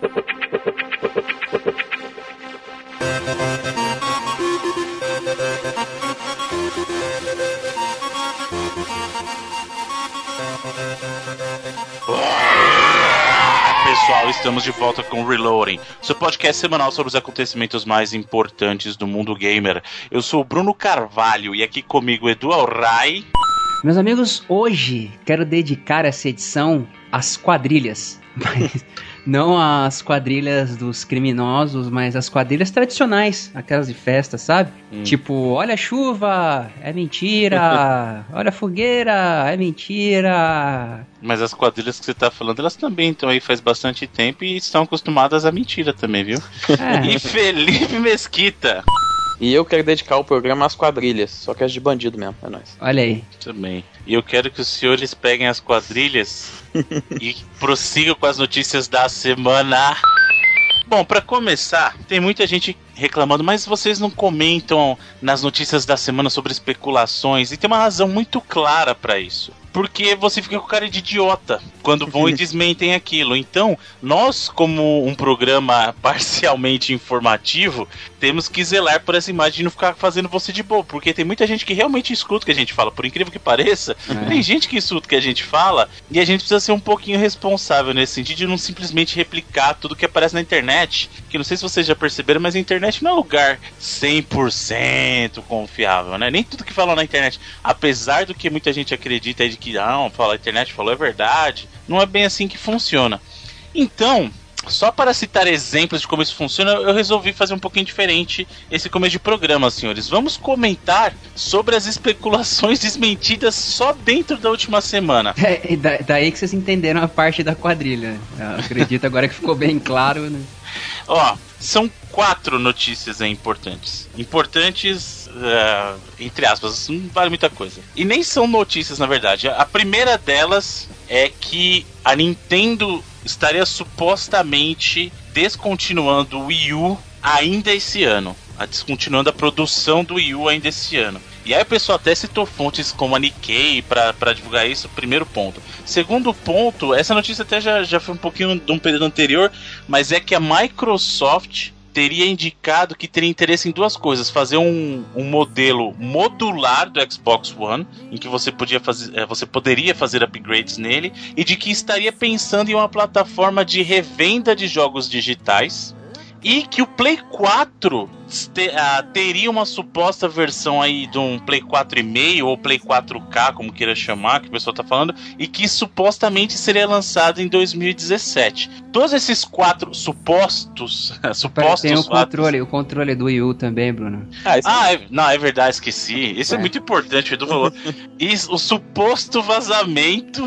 Pessoal, estamos de volta com o Reloading, seu podcast semanal sobre os acontecimentos mais importantes do mundo gamer. Eu sou o Bruno Carvalho e aqui comigo Edu Alray. Meus amigos, hoje quero dedicar essa edição às quadrilhas. Não às quadrilhas dos criminosos, mas às quadrilhas tradicionais, aquelas de festa, sabe? Tipo, olha a chuva, é mentira. Olha a fogueira, é mentira. Mas as quadrilhas que você tá falando, elas também estão aí faz bastante tempo e estão acostumadas à mentira também, viu? E Felipe Mesquita. E eu quero dedicar o programa às quadrilhas, só que as de bandido mesmo, é nóis. Olha aí. Também. E eu quero que os senhores peguem as quadrilhas e prossigam com as notícias da semana. Bom, pra começar, tem muita gente reclamando, mas vocês não comentam nas notícias da semana sobre especulações, e tem uma razão muito clara pra isso. Porque você fica com cara de idiota quando vão e desmentem aquilo. Então, nós, como um programa parcialmente informativo, temos que zelar por essa imagem de não ficar fazendo você de bobo. Porque tem muita gente que realmente escuta o que a gente fala. Por incrível que pareça, tem gente que escuta o que a gente fala e a gente precisa ser um pouquinho responsável nesse sentido de não simplesmente replicar tudo que aparece na internet. Que não sei se vocês já perceberam, mas a internet não é um lugar 100% confiável, né? Nem tudo que falam na internet, apesar do que muita gente acredita de que não, a internet falou é verdade, não é bem assim que funciona. Então, só para citar exemplos de como isso funciona, eu resolvi fazer um pouquinho diferente esse começo de programa, senhores. Vamos comentar sobre as especulações desmentidas só dentro da última semana. Daí que vocês entenderam a parte da quadrilha. Eu acredito agora que ficou bem claro, né? Ó, são 4 notícias importantes. Importantes, entre aspas, não vale muita coisa. E nem são notícias, na verdade. A primeira delas é que a Nintendo estaria supostamente descontinuando o Wii U ainda esse ano. Descontinuando a produção do Wii U ainda esse ano. E aí o pessoal até citou fontes como a Nikkei pra divulgar isso, primeiro ponto. Segundo ponto, essa notícia até já foi um pouquinho de um período anterior, mas é que a Microsoft teria indicado que teria interesse em 2 coisas: fazer um modelo modular do Xbox One, em que você poderia fazer upgrades nele, e de que estaria pensando em uma plataforma de revenda de jogos digitais, e que o Play 4 teria uma suposta versão aí de um Play 4,5 ou Play 4K, como queira chamar, que o pessoal tá falando, e que supostamente seria lançado em 2017. Todos esses 4 supostos tem o controle do Wii U também, Bruno. É verdade, esqueci. Isso é muito importante, o Edu falou. E o suposto vazamento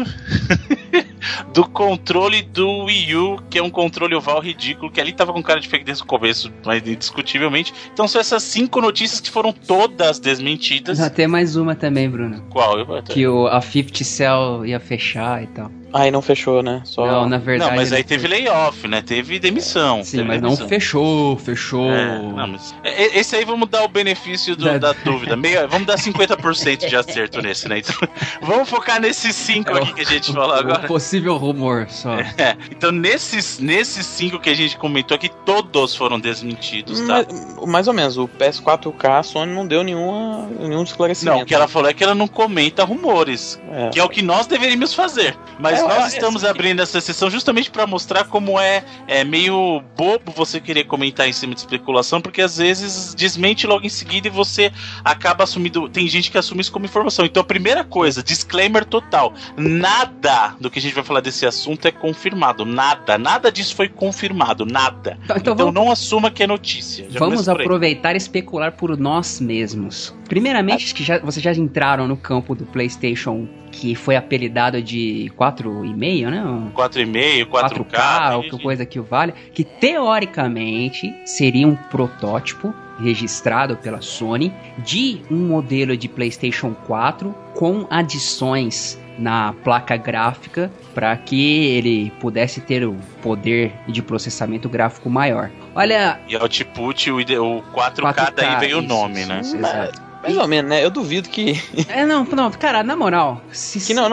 do controle do Wii U, que é um controle oval ridículo, que ali tava com cara de fake desde o começo, mas indiscutivelmente. Então são essas 5 notícias que foram todas desmentidas. Tem mais uma também, Bruno. Qual? Que a 50 Cell ia fechar e tal. Aí não fechou, né? Não, na verdade... Não, mas aí teve layoff, né? Teve demissão. Sim, mas demissão. Não fechou. Não, mas esse aí vamos dar o benefício da dúvida. Vamos dar 50% de acerto nesse, né? Então, vamos focar nesses 5 aqui que a gente falou agora. O possível rumor só. Então, nesses 5 que a gente comentou aqui, todos foram desmentidos, tá? Mais ou menos. O PS4K, a Sony não deu nenhum esclarecimento. Não, o que ela falou é que ela não comenta rumores. Que é o que nós deveríamos fazer. Mas nós estamos abrindo essa sessão justamente para mostrar como é meio bobo você querer comentar em cima de especulação, porque às vezes desmente logo em seguida e você acaba assumindo. Tem gente que assume isso como informação. Então a primeira coisa, disclaimer total: nada do que a gente vai falar desse assunto é confirmado. Nada disso foi confirmado. Nada. Então não assuma que é notícia. Vamos aproveitar e especular por nós mesmos. Primeiramente, vocês já entraram no campo do PlayStation, que foi apelidado de 4,5, né? 4,5, 4K, ou coisa que o vale, que teoricamente seria um protótipo registrado pela Sony de um modelo de PlayStation 4 com adições na placa gráfica para que ele pudesse ter o poder de processamento gráfico maior. Olha... E output, o 4K daí veio o nome, né? Exato. Mais ou menos, né? Eu duvido que... Não, cara, na moral...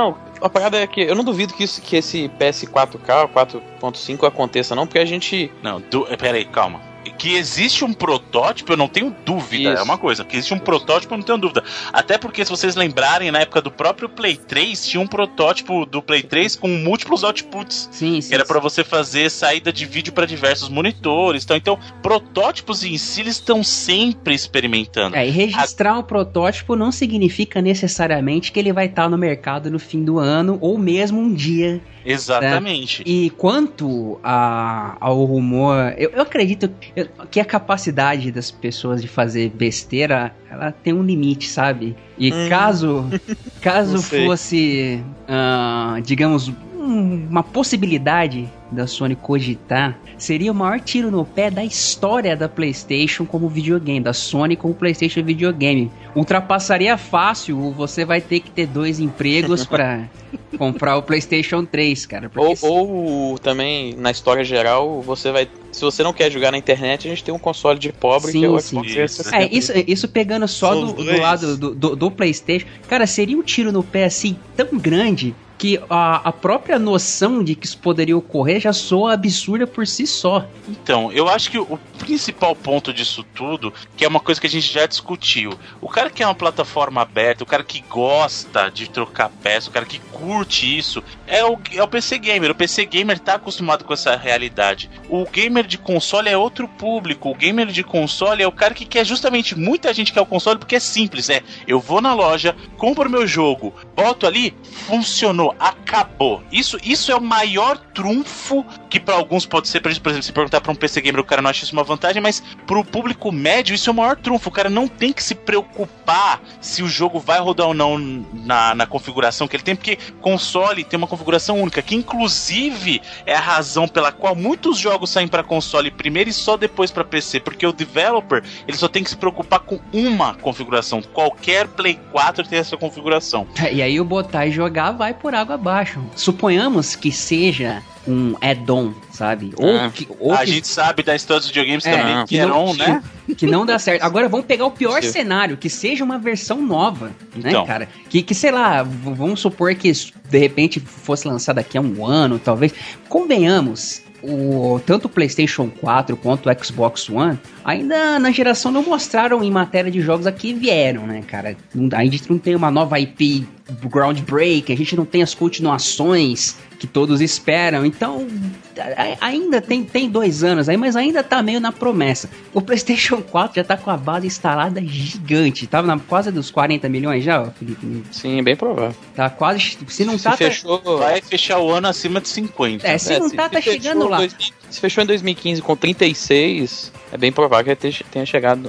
a parada é que eu não duvido que esse PS4K, 4.5 aconteça não, porque a gente... Não, peraí, calma. Que existe um protótipo, eu não tenho dúvida. Isso. É uma coisa, que existe um protótipo, eu não tenho dúvida. Até porque, se vocês lembrarem, na época do próprio Play 3, tinha um protótipo do Play 3 com múltiplos outputs. Sim, que era pra você fazer saída de vídeo para diversos monitores. Então, protótipos em si, eles estão sempre experimentando. E registrar um protótipo não significa necessariamente que ele vai estar no mercado no fim do ano, ou mesmo um dia. Exatamente. Né? E quanto ao rumor, eu acredito que a capacidade das pessoas de fazer besteira, ela tem um limite, sabe? E caso fosse, digamos, uma possibilidade da Sony cogitar, seria o maior tiro no pé da história da PlayStation como videogame, da Sony como PlayStation videogame. Ultrapassaria fácil, você vai ter que ter 2 empregos pra comprar o PlayStation 3, cara. Ou também, na história geral, você vai... Se você não quer jogar na internet, a gente tem um console de pobre, que é o Xbox 360. Isso pegando só do lado do PlayStation. Cara, seria um tiro no pé assim tão grande que a própria noção de que isso poderia ocorrer já soa absurda por si só. Então, eu acho que o principal ponto disso tudo, que é uma coisa que a gente já discutiu, o cara que é uma plataforma aberta, o cara que gosta de trocar peça, o cara que curte isso, é o PC Gamer. O PC Gamer tá acostumado com essa realidade. O gamer de console é outro público. O gamer de console é o cara que quer justamente... Muita gente quer o console porque é simples, eu vou na loja, compro meu jogo, boto ali, funcionou, acabou. Isso é o maior trunfo que pra alguns pode ser, por exemplo, se perguntar pra um PC Gamer, o cara não acha isso uma vantagem, mas pro público médio isso é o maior trunfo. O cara não tem que se preocupar se o jogo vai rodar ou não na configuração que ele tem, porque console tem uma configuração única, que inclusive é a razão pela qual muitos jogos saem pra console primeiro e só depois pra PC, porque o developer, ele só tem que se preocupar com uma configuração. Qualquer Play 4 tem essa configuração. E aí o botar e jogar vai por água abaixo. Suponhamos que seja um add-on, sabe? A gente sabe da história dos videogames também, que não, né? Que não dá certo. Agora vamos pegar o pior cenário, que seja uma versão nova, né, cara? Que sei lá, vamos supor que de repente fosse lançado daqui a um ano, talvez. Convenhamos, tanto o PlayStation 4 quanto o Xbox One, ainda na geração não mostraram em matéria de jogos a que vieram, né, cara? A gente não tem uma nova IP groundbreak, a gente não tem as continuações que todos esperam, então ainda tem 2 anos aí, mas ainda tá meio na promessa. O PlayStation 4 já tá com a base instalada gigante, tava na quase dos 40 milhões já, Felipe? Sim, bem provável. Tá quase, se não tá... Vai fechar o ano acima de 50. Se não tá chegando lá. Se fechou em 2015 com 36, é bem provável que tenha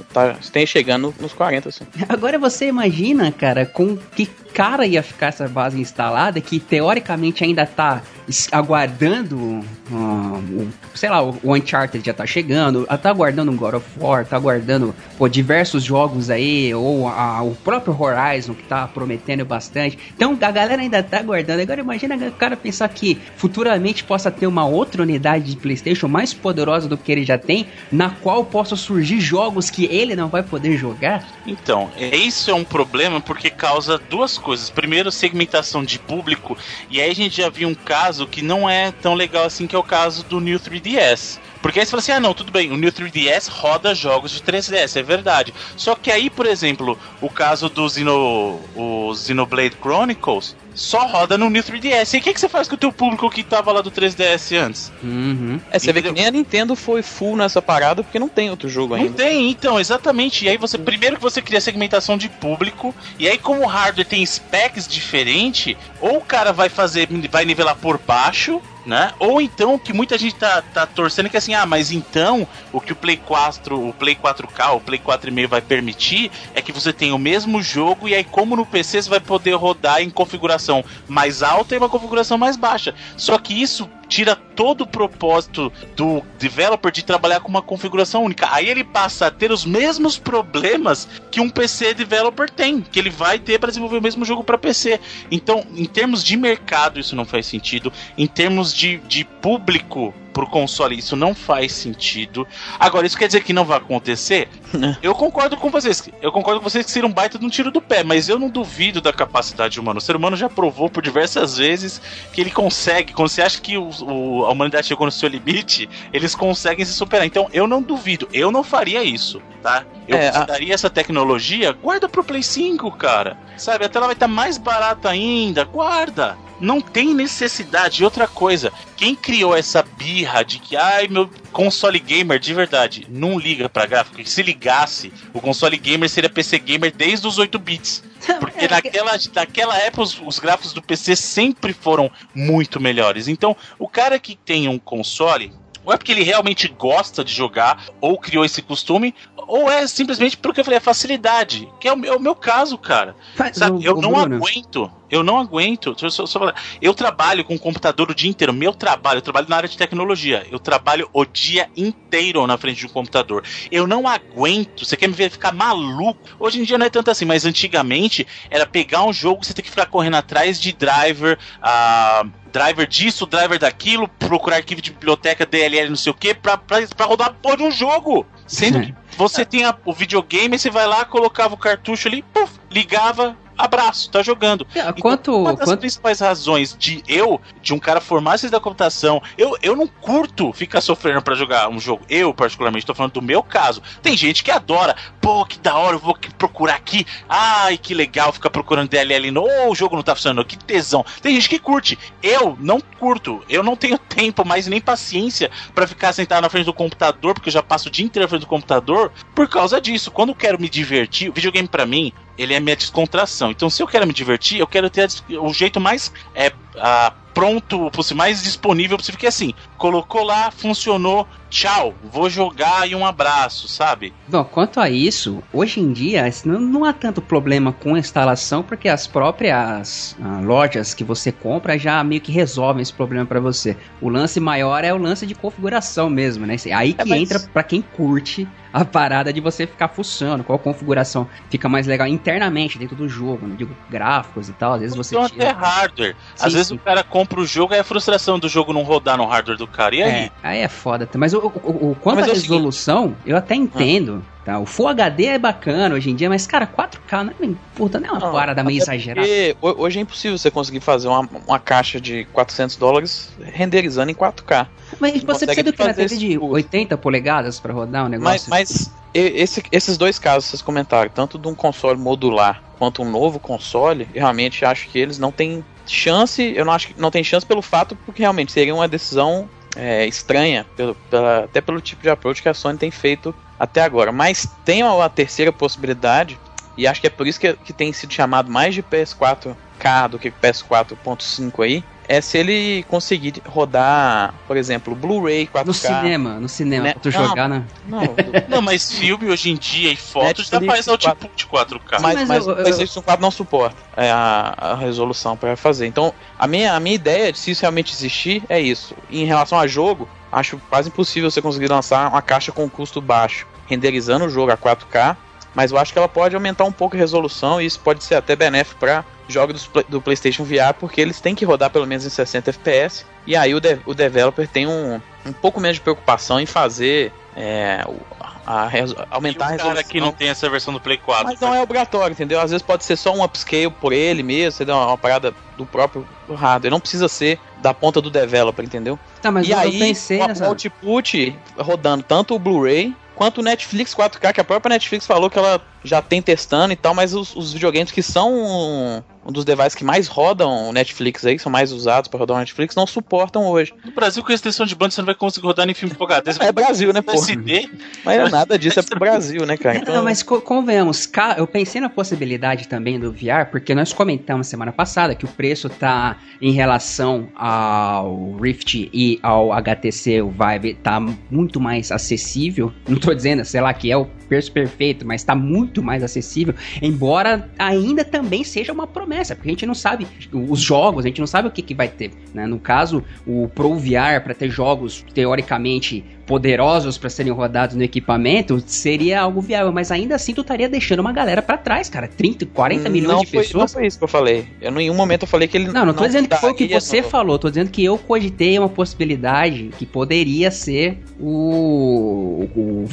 chegando nos 40, assim. Agora você imagina, cara, com que cara ia ficar essa base instalada, que teoricamente ainda tá aguardando, sei lá, o Uncharted já tá chegando, tá aguardando um God of War, tá aguardando diversos jogos aí, ou o próprio Horizon, que tá prometendo bastante. Então a galera ainda tá aguardando. Agora imagina o cara pensar que futuramente possa ter uma outra unidade de PlayStation mais poderosa do que ele já tem, na qual possam surgir jogos que ele não vai poder jogar. Então, isso é um problema porque causa 2 coisas. Primeiro, segmentação de público, e aí a gente já viu um caso que não é tão legal assim, que é o caso do New 3DS. Porque aí você fala assim, não, tudo bem, o New 3DS roda jogos de 3DS, é verdade. Só que aí, por exemplo, o caso do Xenoblade Chronicles só roda no New 3DS. E o que você faz com o teu público que tava lá do 3DS antes? Você vê que nem a Nintendo foi full nessa parada, porque não tem outro jogo ainda. Não tem, então, exatamente. E aí primeiro que você cria segmentação de público, e aí como o hardware tem specs diferentes, ou o cara vai nivelar por baixo, né? Ou então, que muita gente tá torcendo que assim, mas então o que o Play 4, o Play 4K, o Play 4,5 vai permitir é que você tenha o mesmo jogo, e aí como no PC você vai poder rodar em configuração mais alta e uma configuração mais baixa. Só que isso tira todo o propósito do developer de trabalhar com uma configuração única. Aí ele passa a ter os mesmos problemas que um PC developer tem, que ele vai ter para desenvolver o mesmo jogo para PC. Então, em termos de mercado, isso não faz sentido. Em termos de público, pro console, isso não faz sentido. Agora, isso quer dizer que não vai acontecer? Eu concordo com vocês. Que seria um baita de um tiro do pé, mas eu não duvido da capacidade humana. O ser humano já provou por diversas vezes que ele consegue. Quando você acha que a humanidade chegou no seu limite, eles conseguem se superar. Então, eu não duvido. Eu não faria isso, tá? Eu daria essa tecnologia, guarda pro Play 5, cara. Sabe, a tela vai estar mais barata ainda. Guarda. Não tem necessidade. E outra coisa, quem criou essa birra de que, meu console gamer de verdade não liga pra gráfico, que se ligasse, o console gamer seria PC gamer desde os 8 bits. Porque naquela época os gráficos do PC sempre foram muito melhores. Então, o cara que tem um console, ou é porque ele realmente gosta de jogar, ou criou esse costume, ou é simplesmente porque eu falei, a facilidade, que é o meu caso, cara. Sabe, eu não aguento. Deixa eu só falar. Eu trabalho com computador o dia inteiro. Eu trabalho na área de tecnologia. Eu trabalho o dia inteiro na frente de um computador. Eu não aguento. Você quer me ver ficar maluco? Hoje em dia não é tanto assim, mas antigamente era pegar um jogo, você tem que ficar correndo atrás de driver, driver disso, driver daquilo, procurar arquivo de biblioteca, DLL, não sei o que, pra rodar a porra de um jogo. Sendo que você tem o videogame, você vai lá, colocava o cartucho ali, puff, ligava, abraço, tá jogando. Uma das principais razões de um cara formar-se da computação, eu não curto ficar sofrendo pra jogar um jogo. Eu, particularmente, tô falando do meu caso. Tem gente que adora. Pô, que da hora, eu vou procurar aqui. Ai, que legal ficar procurando DLL. O jogo não tá funcionando, que tesão. Tem gente que curte. Eu não curto. Eu não tenho tempo mais nem paciência pra ficar sentado na frente do computador, porque eu já passo o dia inteiro na frente do computador por causa disso. Quando eu quero me divertir, o videogame pra mim, ele é minha descontração. Então, se eu quero me divertir, eu quero ter o jeito mais pronto, mais disponível possível. Que assim, colocou lá, funcionou, tchau, vou jogar e um abraço, sabe? Bom, quanto a isso, hoje em dia não há tanto problema com a instalação, porque as próprias lojas que você compra já meio que resolvem esse problema pra você. O lance maior é o lance de configuração mesmo, né? Aí que entra pra quem curte a parada de você ficar fuçando, qual configuração fica mais legal internamente dentro do jogo, não digo gráficos e tal, às vezes você tira... até hardware. Às vezes o cara compra o jogo e a frustração do jogo não rodar no hardware do cara, e aí? Aí é foda. Mas quanto à resolução, eu até entendo. Tá, o Full HD é bacana hoje em dia, mas, cara, 4K não é uma parada meio exagerada. Hoje é impossível você conseguir fazer uma caixa de $400 renderizando em 4K. Mas você precisa do que? Na TV de 80 polegadas pra rodar um negócio? Mas esses dois casos que vocês comentaram, tanto de um console modular quanto um novo console, eu realmente acho que eles não têm chance. Eu não acho que não tem chance pelo fato, porque realmente seria uma decisão estranha, até pelo tipo de approach que a Sony tem feito até agora. Mas tem uma terceira possibilidade, e acho que é por isso que tem sido chamado mais de PS4K do que PS4.5 aí, é se ele conseguir rodar, por exemplo, Blu-ray 4K. No cinema, pra tu jogar, né? Não, mas filme hoje em dia e fotos já faz output de 4K. Mas o PlayStation 4 não suporta a resolução para fazer. Então, a minha ideia, se isso realmente existir, é isso. Em relação a jogo, acho quase impossível você conseguir lançar uma caixa com custo baixo, renderizando o jogo a 4K, mas eu acho que ela pode aumentar um pouco a resolução, e isso pode ser até benéfico para jogos do PlayStation VR, porque eles têm que rodar pelo menos em 60 FPS, e aí o developer tem um pouco menos de preocupação em fazer aumentar a resolução. O cara que não tem essa versão do Play 4. Mas não é obrigatório, entendeu? Às vezes pode ser só um upscale por ele mesmo, você dá uma parada do próprio hardware, não precisa ser da ponta do developer, entendeu? Tá, mas e aí, o output rodando tanto o Blu-ray quanto o Netflix 4K, que a própria Netflix falou que ela já tem testando e tal, mas os videogames que são um dos devices que mais rodam o Netflix aí, que são mais usados para rodar o Netflix, não suportam hoje. No Brasil, com restrição de banda, você não vai conseguir rodar nem filme Full HD. É Brasil, né, pô? Mas nada disso é pro Brasil, né, cara? Então... Não, mas convenhamos, eu pensei na possibilidade também do VR, porque nós comentamos semana passada que o preço tá em relação ao Rift e ao HTC, o Vive, tá muito mais acessível. Não tô dizendo, sei lá, que é o preço perfeito, mas tá muito muito mais acessível, embora ainda também seja uma promessa, porque a gente não sabe os jogos, a gente não sabe o que vai ter, né? No caso, o Pro VR, para ter jogos teoricamente poderosos para serem rodados no equipamento, seria algo viável, mas ainda assim tu estaria deixando uma galera para trás, cara, 30, 40 milhões de pessoas. Não foi isso que eu falei. Eu em nenhum momento eu falei que ele não tô dizendo que foi o que você falou, tô dizendo que eu cogitei uma possibilidade que poderia ser o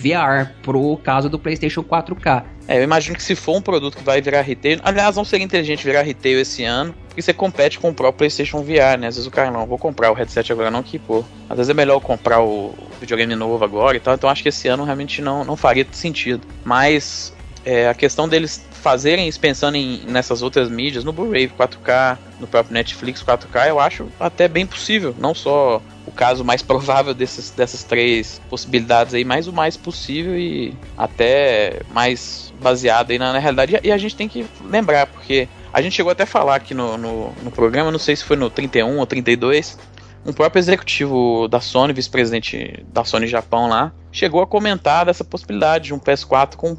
VR pro caso do PlayStation 4K. Eu imagino que se for um produto que vai virar retail, aliás, não seria inteligente virar retail esse ano, porque você compete com o próprio PlayStation VR, né? Às vezes o cara, não, vou comprar o headset agora não, que pô. Às vezes é melhor eu comprar o videogame novo agora e tal, então acho que esse ano realmente não faria sentido. Mas a questão deles fazerem isso pensando nessas outras mídias, no Blu-ray 4K, no próprio Netflix 4K, eu acho até bem possível. Não só o caso mais provável dessas três possibilidades aí, mas o mais possível e até mais baseado aí na realidade. E a gente tem que lembrar, porque a gente chegou até a falar aqui no programa, não sei se foi no 31 ou 32, um próprio executivo da Sony, vice-presidente da Sony Japão lá, chegou a comentar dessa possibilidade de um PS4 com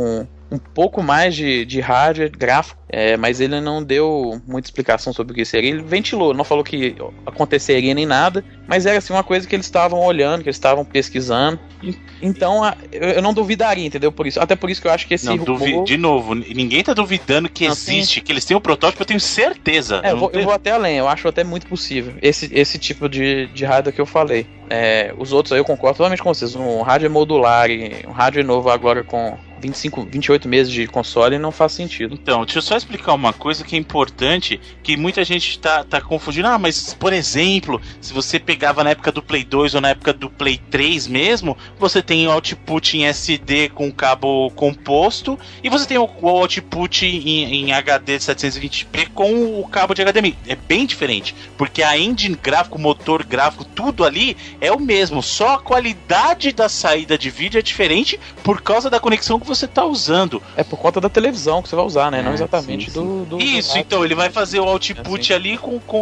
um pouco mais de hardware gráfico, mas ele não deu muita explicação sobre o que seria. Ele ventilou, não falou que aconteceria nem nada, mas era assim uma coisa que eles estavam olhando, que eles estavam pesquisando. Então eu não duvidaria, entendeu? Por isso, até por isso que eu acho que esse rumor... De novo, ninguém tá duvidando que existe, que eles têm um protótipo, eu tenho certeza. Eu vou até além, eu acho até muito possível esse tipo de hardware que eu falei. Os outros aí eu concordo totalmente com vocês. Um hardware modular e um hardware novo agora com 28 meses de console não faz sentido. Então, deixa eu só explicar uma coisa que é importante, que muita gente tá confundindo. Mas, por exemplo, se você pegava na época do Play 2 ou na época do Play 3 mesmo, você tem output em SD com cabo composto e você tem o output em HD de 720p com o cabo de HDMI. É bem diferente, porque a engine gráfico, o motor gráfico, tudo ali é o mesmo, só a qualidade da saída de vídeo é diferente por causa da conexão que você tá usando. É por conta da televisão que você vai usar, né? Não exatamente sim. Isso, então ele vai fazer o output ali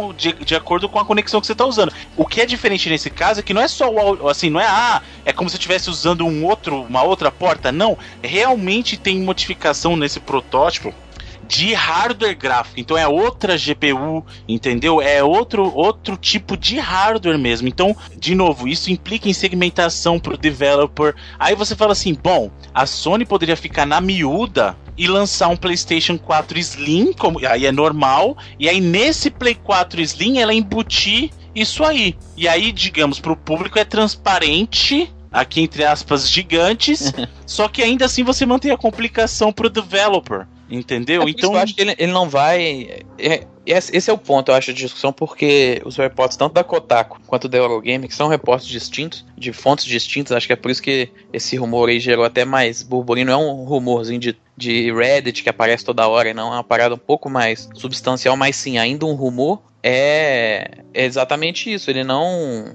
de acordo com a conexão que você tá usando. O que é diferente nesse caso é que não é só o assim, não é é como se eu estivesse usando uma outra porta, não. Realmente tem modificação nesse protótipo de hardware gráfico, então é outra GPU, entendeu? É outro tipo de hardware mesmo. Então, de novo, isso implica em segmentação pro developer. Aí você fala assim, bom, a Sony poderia ficar na miúda e lançar um PlayStation 4 Slim, aí é normal, e aí nesse Play 4 Slim ela embutir isso aí. E aí, digamos, pro público é transparente, aqui entre aspas gigantes, só que ainda assim você mantém a complicação pro developer. Entendeu? Então eu acho que ele não vai. Esse é o ponto, eu acho, de discussão, porque os reportes, tanto da Kotaku quanto da Eurogame, que são reportes distintos, de fontes distintas, acho que é por isso que esse rumor aí gerou até mais burburinho. Não é um rumorzinho de Reddit que aparece toda hora, não, é uma parada um pouco mais substancial, mas sim, ainda um rumor. É exatamente isso. Ele não.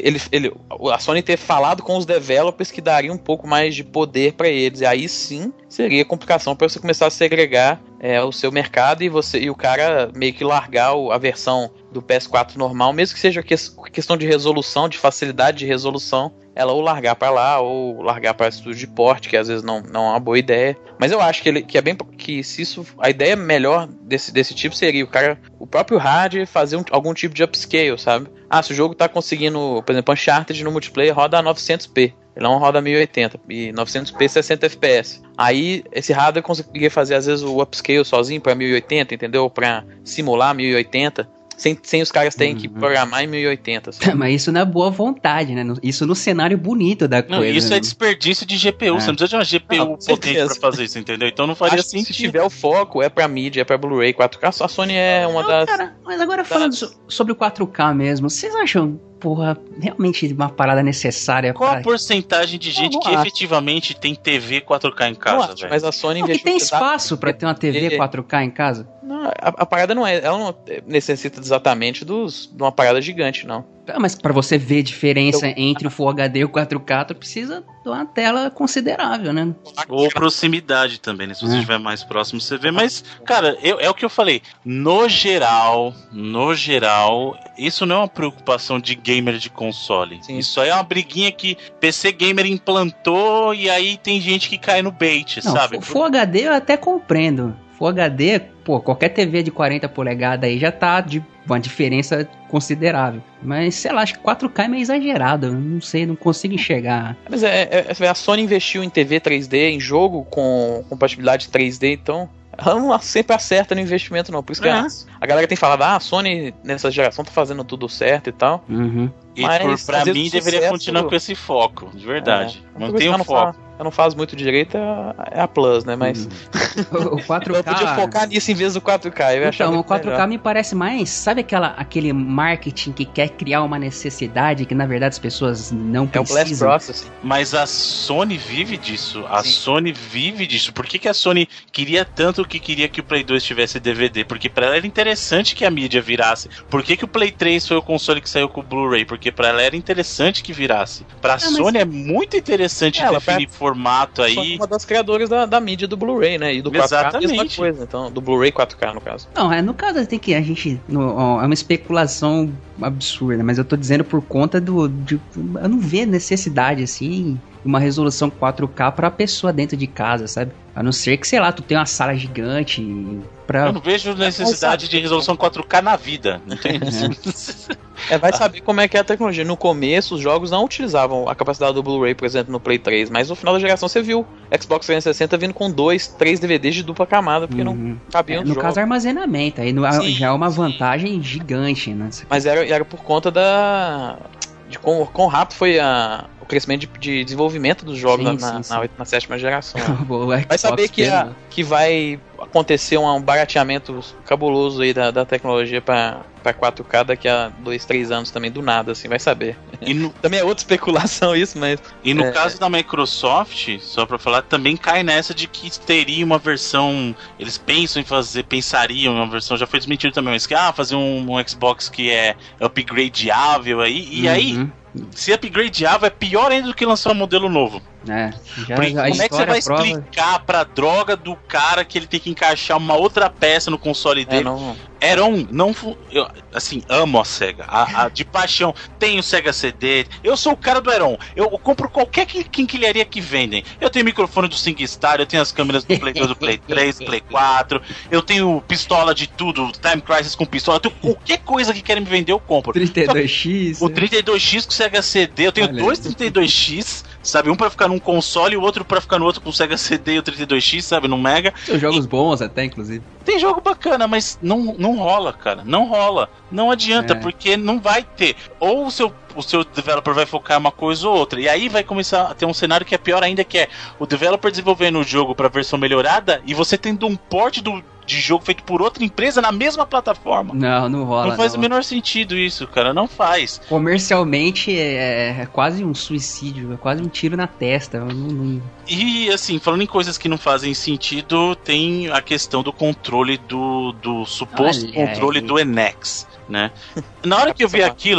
A Sony ter falado com os developers que daria um pouco mais de poder para eles. E aí sim seria complicação para você começar a segregar o seu mercado e o cara meio que largar a versão do PS4 normal, mesmo que seja questão de resolução, de facilidade de resolução, ela ou largar para lá ou largar para estúdio de porte, que às vezes não é uma boa ideia. Mas eu acho que é bem que se isso, a ideia melhor desse tipo seria o próprio hardware fazer algum tipo de upscale, sabe? Se o jogo tá conseguindo, por exemplo, Uncharted no multiplayer roda a 900p, ele não roda a 1080, e 900p 60 fps. Aí esse hardware conseguiria fazer às vezes o upscale sozinho para 1080, entendeu? Para simular 1080. Sem os caras terem que programar em 1080. Assim. Mas isso não é boa vontade, né? Isso no cenário bonito da coisa. Isso é desperdício de GPU. Você não precisa de uma GPU potente pra fazer isso, entendeu? Então não faria sentido. Se tiver o foco, é pra mídia, é pra Blu-ray 4K. A Sony é uma das... Cara, mas agora falando sobre o 4K mesmo, vocês acham... Porra, realmente uma parada necessária. Qual a porcentagem de gente que efetivamente tem TV 4K em casa, velho? Mas a Sony investiu... tem espaço pra ter uma TV 4K em casa? Não, a parada não é. Ela não necessita exatamente de uma parada gigante, não. Mas pra você ver a diferença entre o Full HD e o 4K, tu precisa de uma tela considerável, né? Ou proximidade também, né? Se você estiver mais próximo, você vê. Mas, cara, é o que eu falei. No geral, isso não é uma preocupação de gamer de console. Sim. Isso aí é uma briguinha que PC Gamer implantou e aí tem gente que cai no bait, não, sabe? Full HD eu até compreendo. Full HD, pô, qualquer TV de 40 polegadas aí já tá de uma diferença considerável. Mas, sei lá, acho que 4K é meio exagerado. Não sei, não consigo enxergar. Mas a Sony investiu em TV 3D, em jogo com compatibilidade 3D, então ela não sempre acerta no investimento, não. Por isso que a galera tem falado, a Sony nessa geração tá fazendo tudo certo e tal. Uhum. Mas, pra mim, deveria continuar com esse foco, de verdade. Não tem o foco. Eu não faço muito direito, é a Plus, né? Mas. O 4K. Eu podia focar nisso em vez do 4K. Então, o 4K melhor. Me parece mais. Sabe aquele marketing que quer criar uma necessidade que na verdade as pessoas não precisam? É o Blast Process. Mas a Sony vive disso. Sony vive disso. Por que a Sony queria tanto que queria que o Play 2 tivesse DVD? Porque pra ela era interessante que a mídia virasse. Por que o Play 3 foi o console que saiu com o Blu-ray? Porque pra ela era interessante que virasse. Pra Sony é muito interessante definir formato aí. Uma das criadoras da mídia do Blu-ray, né? E do 4K. Exatamente. Mesma coisa, então, do Blu-ray 4K, no caso. Não, no caso tem que a gente... é uma especulação absurda, mas eu tô dizendo por conta eu não vejo necessidade, assim, uma resolução 4K pra pessoa dentro de casa, sabe? A não ser que, sei lá, tu tem uma sala gigante pra... Eu não vejo necessidade de resolução 4K na vida. Não tem isso. Vai saber como é que é a tecnologia. No começo, os jogos não utilizavam a capacidade do Blu-ray, por exemplo, no Play 3, mas no final da geração você viu Xbox 360 vindo com 2, 3 DVDs de dupla camada, porque não cabiam no jogo. No caso, armazenamento, aí já é uma vantagem gigante, né? Mas era por conta de quão rápido foi o crescimento de desenvolvimento dos jogos na 7ª geração. Vai saber que vai acontecer um barateamento cabuloso aí da tecnologia pra 4K daqui a 2, 3 anos também, do nada, assim, vai saber. Também é outra especulação isso, mas... E no caso da Microsoft, só pra falar, também cai nessa de que teria uma versão, eles pensariam em uma versão, já foi desmentido também, mas que fazer um Xbox que é upgradeável aí, e aí... Se upgradeável é pior ainda do que lançar um modelo novo. Como é que você vai explicar pra droga do cara que ele tem que encaixar uma outra peça no console dele? Eu amo a Sega, de paixão. Tenho Sega CD, eu sou o cara do Heron. Eu compro qualquer quinquilharia que vendem. Eu tenho microfone do SingStar, eu tenho as câmeras do Play 2, do Play 3, do Play 4, eu tenho pistola de tudo, Time Crisis com pistola, eu tenho qualquer coisa que querem me vender, eu compro. 32X. O 32X com Sega CD, eu tenho dois 32X, sabe? Um pra ficar num console e o outro pra ficar no outro com o Sega CD e o 32X, sabe? Num Mega. Tem jogos bons até, inclusive. Tem jogo bacana, mas não rola, cara. Não rola. Não adianta, porque não vai ter. Ou o seu developer vai focar em uma coisa ou outra. E aí vai começar a ter um cenário que é pior ainda, que é o developer desenvolvendo o jogo pra versão melhorada e você tendo um port de jogo feito por outra empresa na mesma plataforma. Não rola. Não faz o menor sentido isso, cara. Não faz. Comercialmente é quase um suicídio, é quase um tiro na testa. E assim, falando em coisas que não fazem sentido, tem a questão do controle do suposto controle do NX. Né? Na hora que eu vi aquilo,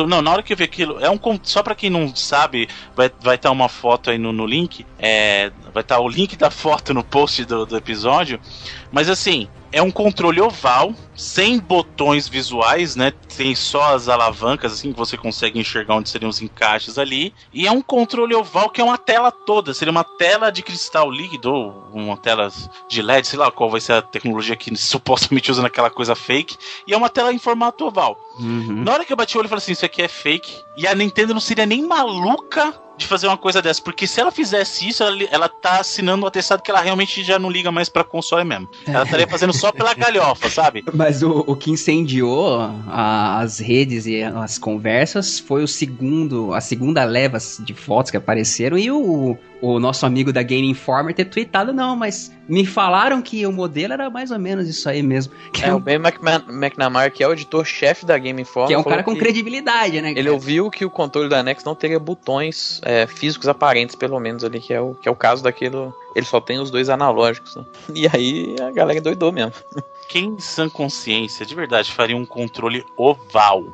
só pra quem não sabe, vai estar uma foto aí no link, vai estar o link da foto no post do episódio, mas assim, é um controle oval, sem botões visuais, né? Tem só as alavancas, assim, que você consegue enxergar onde seriam os encaixes ali. E é um controle oval que é uma tela toda. Seria uma tela de cristal líquido, ou uma tela de LED, sei lá qual vai ser a tecnologia que supostamente usa naquela coisa fake. E é uma tela em formato oval. Na hora que eu bati o olho, eu falei assim, isso aqui é fake. E a Nintendo não seria nem maluca de fazer uma coisa dessa, porque se ela fizesse isso, ela tá assinando um atestado que ela realmente já não liga mais pra console mesmo. Ela estaria fazendo só pela galhofa, sabe? Mas o que incendiou as redes e as conversas foi a segunda leva de fotos que apareceram e o nosso amigo da Game Informer ter tweetado, não, mas me falaram que o modelo era mais ou menos isso aí mesmo. O Ben McNamara, que é o editor-chefe da Game Informer, que é um cara com credibilidade, né? Ele ouviu que o controle da NX não teria botões físicos aparentes, pelo menos ali, que é o caso daquilo. Ele só tem os 2 analógicos, né? E aí a galera endoidou mesmo. quem em sã consciência, de verdade, faria um controle oval?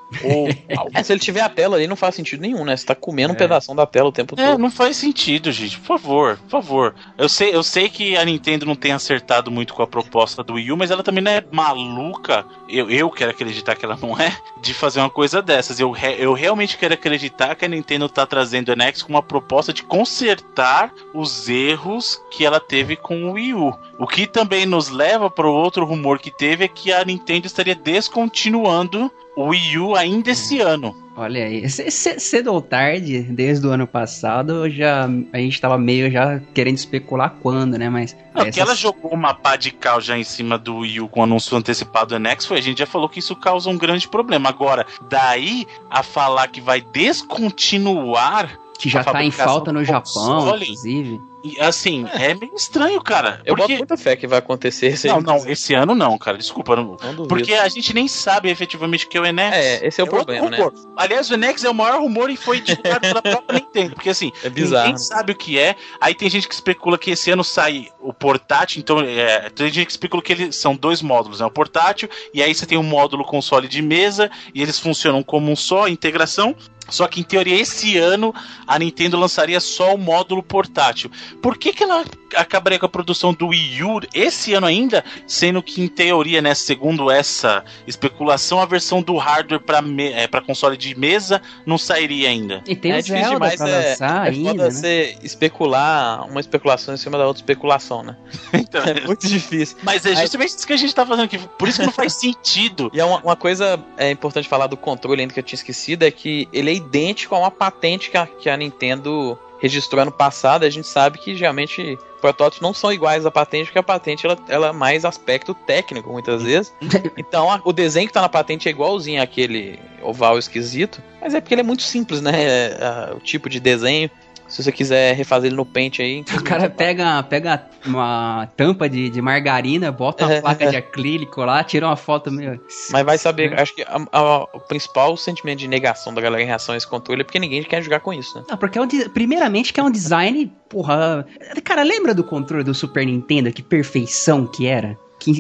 Se ele tiver a tela ali, não faz sentido nenhum, né? Você tá comendo um pedaço da tela o tempo todo. Não faz sentido, gente. Por favor. Eu sei que a Nintendo não tem acertado muito com a proposta do Wii U, mas ela também não é maluca. Eu quero acreditar que ela não é, de fazer uma coisa dessas. Eu realmente quero acreditar que a Nintendo tá trazendo o NX com uma proposta de consertar os erros que ela teve com o Wii U. O que também nos leva para o outro rumor que teve é que a Nintendo estaria descontinuando o Wii U ainda esse ano. Olha aí, cedo ou tarde, desde o ano passado, a gente tava meio já querendo especular quando, né? Mas que ela jogou uma pá de cal já em cima do Wii U com o anúncio antecipado do NX, a gente já falou que isso causa um grande problema. Agora, daí a falar que vai descontinuar, que já tá em falta no Japão, inclusive. Assim, é meio estranho, cara. Eu boto muita fé que vai acontecer isso aí. Não, esse ano não, cara. Desculpa. Não porque a gente nem sabe efetivamente o que é o NX. Esse é o problema, né? Aliás, o NX é o maior rumor e foi divulgado pela própria Nintendo. Porque assim, ninguém sabe o que é. Aí tem gente que especula que esse ano sai o portátil. Então, tem gente que especula que são 2 módulos, né? O portátil, e aí você tem um módulo console de mesa, e eles funcionam como um só, integração. Só que, em teoria, esse ano a Nintendo lançaria só o módulo portátil. Por que ela acabaria com a produção do Wii U esse ano ainda? Sendo que, em teoria, né, segundo essa especulação, a versão do hardware para console de mesa não sairia ainda. E tem o Zelda pra lançar ainda, foda, né? Você especular uma especulação em cima da outra especulação, né? Então, é muito difícil. Mas é justamente isso que a gente tá fazendo aqui. Por isso que não faz sentido. E uma coisa importante falar do controle ainda que eu tinha esquecido é que ele é idêntico a uma patente que a Nintendo registrou ano passado. A gente sabe que geralmente protótipos não são iguais à patente, porque a patente ela é mais aspecto técnico muitas vezes. Então o desenho que tá na patente é igualzinho àquele oval esquisito, mas é porque ele é muito simples, né? O tipo de desenho. Se você quiser refazer ele no Paint aí... O cara pega uma tampa de margarina, bota uma placa de acrílico lá, tira uma foto meio... Mas vai saber, acho que o principal sentimento de negação da galera em relação a esse controle é porque ninguém quer jogar com isso, né? Não, porque primeiramente que é um design, porra... Cara, lembra do controle do Super Nintendo? Que perfeição que era?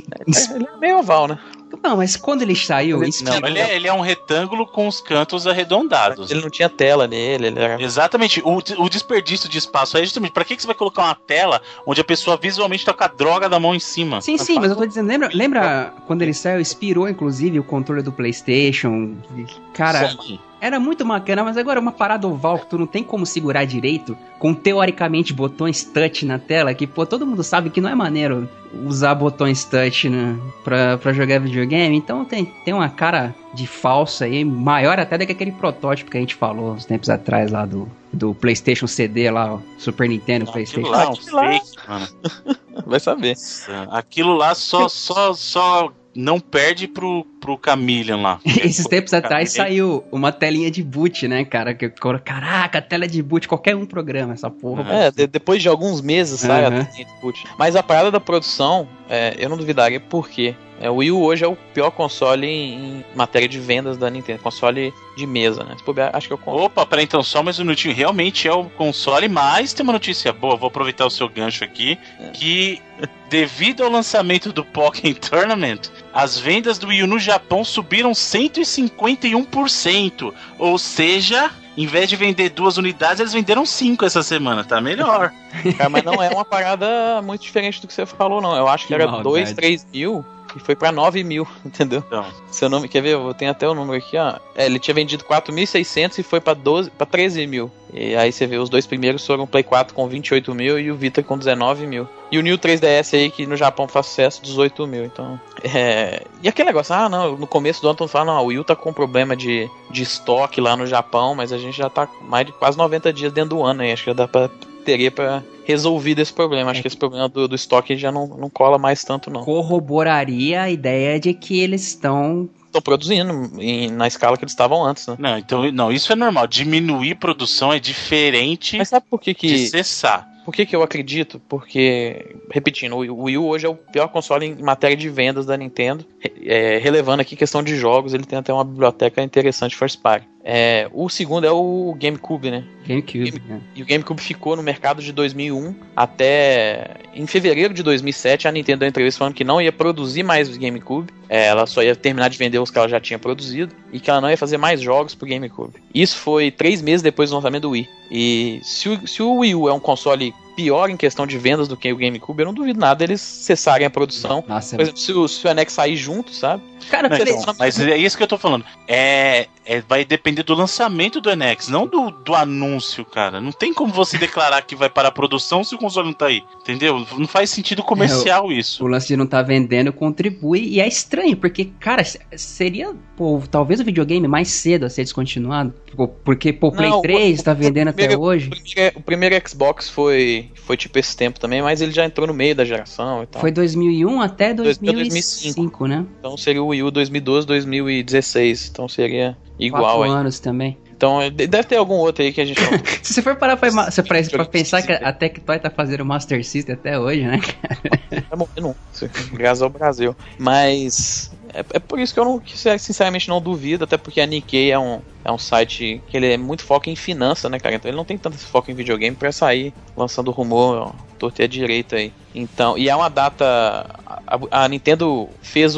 Ele é meio oval, né? Não, mas quando ele saiu... Ele é um retângulo com os cantos arredondados. Ele não tinha tela nele. Exatamente. O desperdício de espaço é justamente... Pra que você vai colocar uma tela onde a pessoa visualmente tá com a droga da mão em cima? Sim, mas eu tô dizendo... Lembra quando ele saiu? Inspirou, inclusive, o controle do PlayStation. Cara... Sim. Era muito bacana, mas agora uma parada oval que tu não tem como segurar direito, com teoricamente botões touch na tela, que pô, todo mundo sabe que não é maneiro usar botões touch, né, pra jogar videogame, então tem uma cara de falsa aí, maior até do que aquele protótipo que a gente falou uns tempos atrás lá do PlayStation CD lá, Super Nintendo, PlayStation. Aquilo lá é um fake, mano. Vai saber. Aquilo lá só não perde pro Chameleon lá. Esses tempos atrás saiu uma telinha de boot, né, cara? Caraca, tela de boot, qualquer programa, essa porra. Depois de alguns meses sai a telinha de boot. Mas a parada da produção, eu não duvidaria por quê. O Wii U hoje é o pior console em matéria de vendas da Nintendo. Console de mesa, né? Se puder, acho que eu compro. Opa, peraí, então só mais um minutinho. Realmente é o console, mas tem uma notícia boa. Vou aproveitar o seu gancho aqui. Que devido ao lançamento do Pokémon Tournament, as vendas do Wii U no Japão subiram 151%. Ou seja... Em vez de vender 2 unidades, eles venderam 5 essa semana, tá melhor. Cara, mas não é uma parada muito diferente do que você falou, não. Eu acho que era 2, 3 mil e foi pra 9 mil, entendeu? Então. Seu nome, quer ver? Eu tenho até o número aqui, ó. Ele tinha vendido 4.600 e foi pra 13 mil. E aí você vê, os 2 primeiros foram o Play 4 com 28 mil e o Vita com 19 mil. E o New 3DS aí, que no Japão faz sucesso, 18 mil. Então, E aquele negócio, não, no começo do ano todo fala, não, o Wii tá com problema de estoque lá no Japão, mas a gente já tá mais de quase 90 dias dentro do ano aí. Acho que já teria pra resolver esse problema. Acho que esse problema do estoque já não cola mais tanto, não. Corroboraria a ideia de que eles estão produzindo na escala que eles estavam antes, né? Não, isso é normal. Diminuir produção é diferente. Mas sabe por que de cessar. Por que eu acredito? Porque, repetindo, o Wii U hoje é o pior console em matéria de vendas da Nintendo. Relevando aqui questão de jogos, ele tem até uma biblioteca interessante first party. O segundo é o GameCube, né? GameCube, né? E o GameCube ficou no mercado de 2001 até em fevereiro de 2007. A Nintendo deu entrevista falando que não ia produzir mais o GameCube. Ela só ia terminar de vender os que ela já tinha produzido e que ela não ia fazer mais jogos pro GameCube. Isso foi 3 meses depois do lançamento do Wii. E se o Wii U é um console pior em questão de vendas do que o GameCube, eu não duvido nada eles cessarem a produção. Nossa, por exemplo, se o NX sair junto, sabe? Cara, não, então, mas é isso que eu tô falando. Vai depender do lançamento do NX, não do anúncio, cara. Não tem como você declarar que vai parar a produção se o console não tá aí. Entendeu? Não faz sentido comercial isso. O lance de não tá vendendo contribui. E é estranho, porque, cara, seria, talvez o videogame mais cedo a ser descontinuado. Porque, o Play 3 tá vendendo até hoje. O primeiro Xbox foi tipo esse tempo também, mas ele já entrou no meio da geração e tal. Foi 2001 até 2005, né? Então seria o Wii U 2012, 2016. Então seria igual. 4 anos também. Então deve ter algum outro aí que a gente não... Se você for parar pra pensar que a Tectoy tá fazendo Master System até hoje, né, cara? Tá morrendo, graças ao Brasil. Mas... É por isso que eu sinceramente não duvido, até porque a Nikkei é um site que ele é muito foco em finança, né, cara? Então ele não tem tanto foco em videogame pra sair lançando rumor, torta à direita aí. Então, e é uma data... A Nintendo fez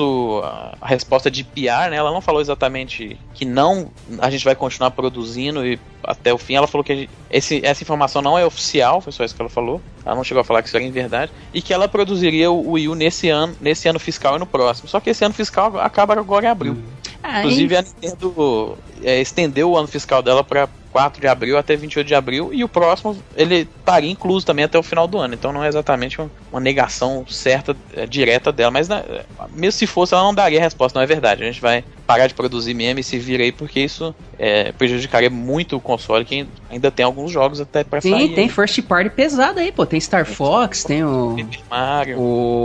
a resposta de PR, né? Ela não falou exatamente que não a gente vai continuar produzindo e até o fim. Ela falou que essa informação não é oficial, foi só isso que ela falou. Ela não chegou a falar que isso era em verdade. E que ela produziria o Wii U nesse ano fiscal e no próximo. Só que esse ano fiscal acaba agora em abril. Inclusive a Nintendo estendeu o ano fiscal dela para 4 de abril até 28 de abril, e o próximo ele estaria incluso também até o final do ano, então não é exatamente uma negação certa, direta dela, mas mesmo se fosse, ela não daria a resposta, não é verdade, a gente vai parar de produzir mesmo e se vira aí, porque isso prejudicaria muito o console, que ainda tem alguns jogos até pra sair. Tem first party pesado aí, tem Star Fox, tem o Mario,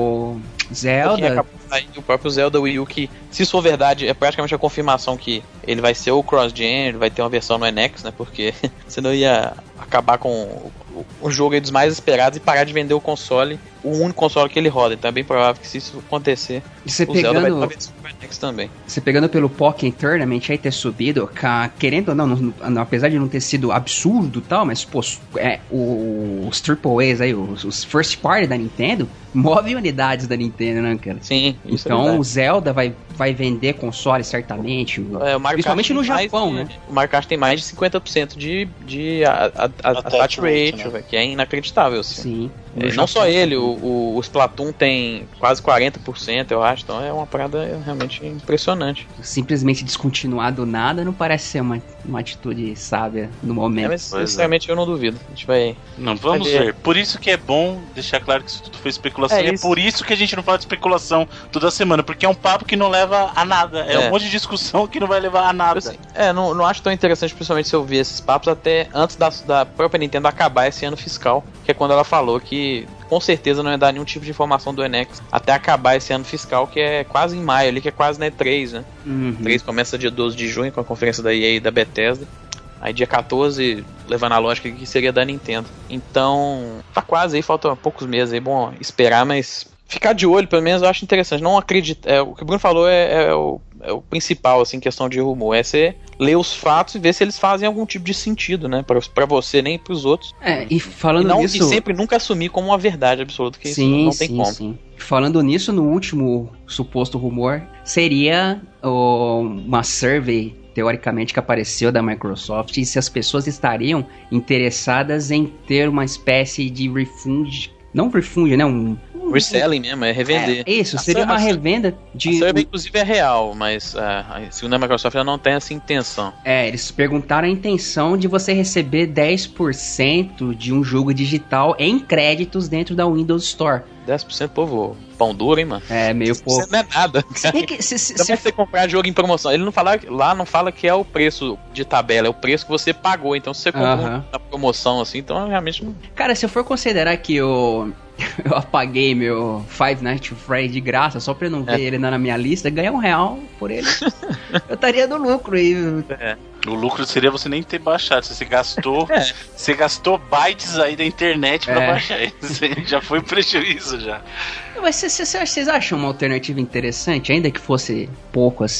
o Zelda, o próprio Zelda Wii U, que se isso for verdade, é praticamente a confirmação que ele vai ser o cross-gen, ele vai ter uma versão no NX, né, porque senão ia acabar com o jogo aí dos mais esperados e parar de vender o console, o único console que ele roda. Então é bem provável que se isso acontecer, Zelda vai ter uma versão pro NX também. Você pegando pelo Pokémon Tournament aí ter subido, querendo ou não, apesar de não ter sido absurdo e tal, mas os AAAs aí, os first party da Nintendo, movem unidades da Nintendo, né, cara? Sim, isso então o Zelda vai vender console certamente, principalmente no Japão, né? O Mario Kart tem mais de 50% de attach rate, né? Que é inacreditável, assim. Sim. Não só ele, o Splatoon tem quase 40%, eu acho, então é uma parada realmente impressionante. Simplesmente descontinuar do nada não parece ser uma atitude sábia no momento. Mas sinceramente eu não duvido. A gente vai... Não, vamos ver. Por isso que é bom deixar claro que isso tudo foi especulação, e é por isso que a gente não fala de especulação toda semana, porque é um papo que não leva a nada, um monte de discussão que não vai levar a nada. Assim, não acho tão interessante, principalmente se eu ouvir esses papos até antes da própria Nintendo acabar esse ano fiscal, que é quando ela falou que com certeza não ia dar nenhum tipo de informação do NX até acabar esse ano fiscal, que é quase em maio ali, que é quase, né, 3, né? 3 começa dia 12 de junho com a conferência da EA e da Bethesda. Aí dia 14, levando a lógica que seria da Nintendo. Então, tá quase aí, faltam poucos meses aí, bom esperar, mas ficar de olho, pelo menos eu acho interessante. Não acredito, o que o Bruno falou é o principal, assim, questão de rumor. É você ler os fatos e ver se eles fazem algum tipo de sentido, né? Pra você, nem pros outros. E falando nisso... E sempre nunca assumir como uma verdade absoluta, que isso não tem como. Sim. Falando nisso, no último suposto rumor, seria uma survey, teoricamente, que apareceu da Microsoft, e se as pessoas estariam interessadas em ter uma espécie de refund... Não refund, né? Reselling mesmo, é revender. Isso, seria uma revenda de... A survey, inclusive, é real, mas segundo a Microsoft, ela não tem essa intenção. Eles perguntaram a intenção de você receber 10% de um jogo digital em créditos dentro da Windows Store. 10%, povo, pão duro, hein, mano? Meio pouco. Isso não é nada. Se você comprar jogo em promoção, ele não fala que é o preço de tabela, é o preço que você pagou. Então, se você comprou na promoção, assim, então realmente não... Cara, se eu for considerar que eu apaguei meu Five Nights at Freddy's de graça só pra eu não ver ele na minha lista, ganhar R$1 por ele, eu estaria no lucro aí. O lucro seria você nem ter baixado. Você gastou você gastou bytes aí da internet pra baixar isso. Já foi um prejuízo já. Mas vocês acham uma alternativa interessante, ainda que fosse pouco assim?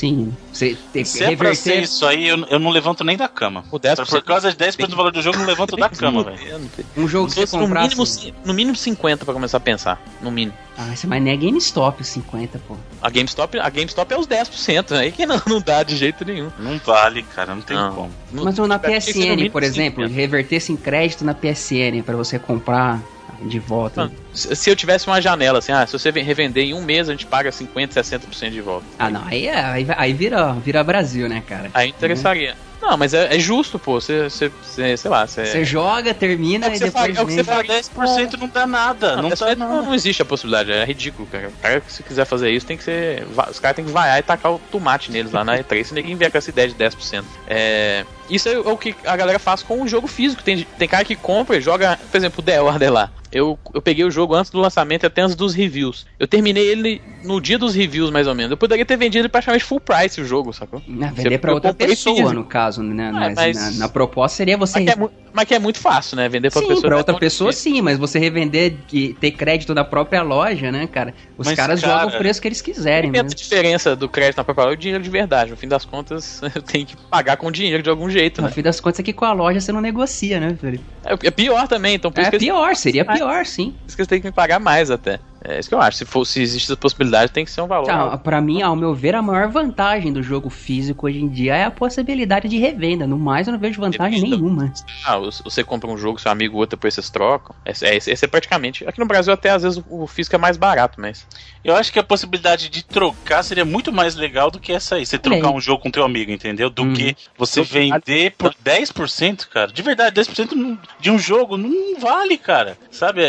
Você tem que Se é pra ser isso aí, eu não levanto nem da cama. O 10%. Por causa de 10% do valor do jogo, eu não levanto da cama, velho. Um jogo que você comprasse... No mínimo 50 pra começar a pensar. No mínimo. Mas nem é GameStop os 50, pô. A GameStop é os 10%, aí que não dá de jeito nenhum. Não vale, cara, não tem como. Mas na PSN, por exemplo, revertesse em crédito na PSN pra você comprar de volta. Mano, se eu tivesse uma janela assim, se você revender em um mês, a gente paga 50%, 60% de volta. Não, aí vira Brasil, né, cara? Aí interessaria. Não, mas é justo, pô. Você sei lá. Você joga, termina e depois. É o que você fala, 10% não dá nada. Não existe a possibilidade, é ridículo, cara. O cara, se quiser fazer isso, tem que ser. Os caras tem que vaiar e tacar o tomate neles lá na E3, se ninguém vier com essa ideia de 10%. Isso é o que a galera faz com o jogo físico. Tem cara que compra e joga, por exemplo, o The Order lá. Eu peguei o jogo antes do lançamento e até antes dos reviews. Eu terminei ele no dia dos reviews, mais ou menos. Eu poderia ter vendido ele praticamente full price o jogo, sacou? Vender pra outra pessoa, no caso, né? Mas na proposta seria você... Mas que é muito fácil, né? Vender pra pessoa. Pra outra pessoa, sim, mas você revender e ter crédito na própria loja, né, cara? Os caras jogam o preço que eles quiserem. A diferença do crédito na própria loja é o dinheiro de verdade. No fim das contas, eu tenho que pagar com dinheiro de algum jeito, né? No fim das contas, aqui com a loja você não negocia, né, Felipe? É pior também, então por isso que seria pior, sim. Por isso que eles têm que me pagar mais até. É isso que eu acho. Se existe essa possibilidade, tem que ser um valor. Pra mim, ao meu ver, a maior vantagem do jogo físico hoje em dia é a possibilidade de revenda. No mais, eu não vejo vantagem nenhuma. Você compra um jogo, seu amigo outro, depois vocês trocam. Esse é praticamente... Aqui no Brasil, até às vezes, o físico é mais barato, mas... Eu acho que a possibilidade de trocar seria muito mais legal do que essa aí. Você trocar um jogo com teu amigo, entendeu? Do que você vender por 10%, cara. De verdade, 10% de um jogo não vale, cara. Sabe?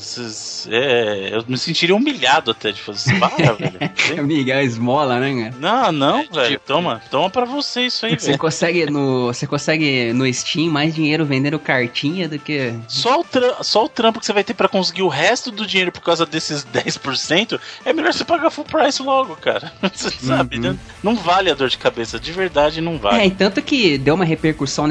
Eu me sentiria humilhado até de fazer isso. Velho. Miguel esmola, né, cara? Não, velho. Toma pra você isso aí, velho. Você consegue no Steam mais dinheiro vendendo cartinha do que... Só o trampo que você vai ter pra conseguir o resto do dinheiro por causa desses 10%, é melhor você pagar full price logo, cara. Você sabe, né? Não vale a dor de cabeça. De verdade, não vale. E tanto que deu uma repercussão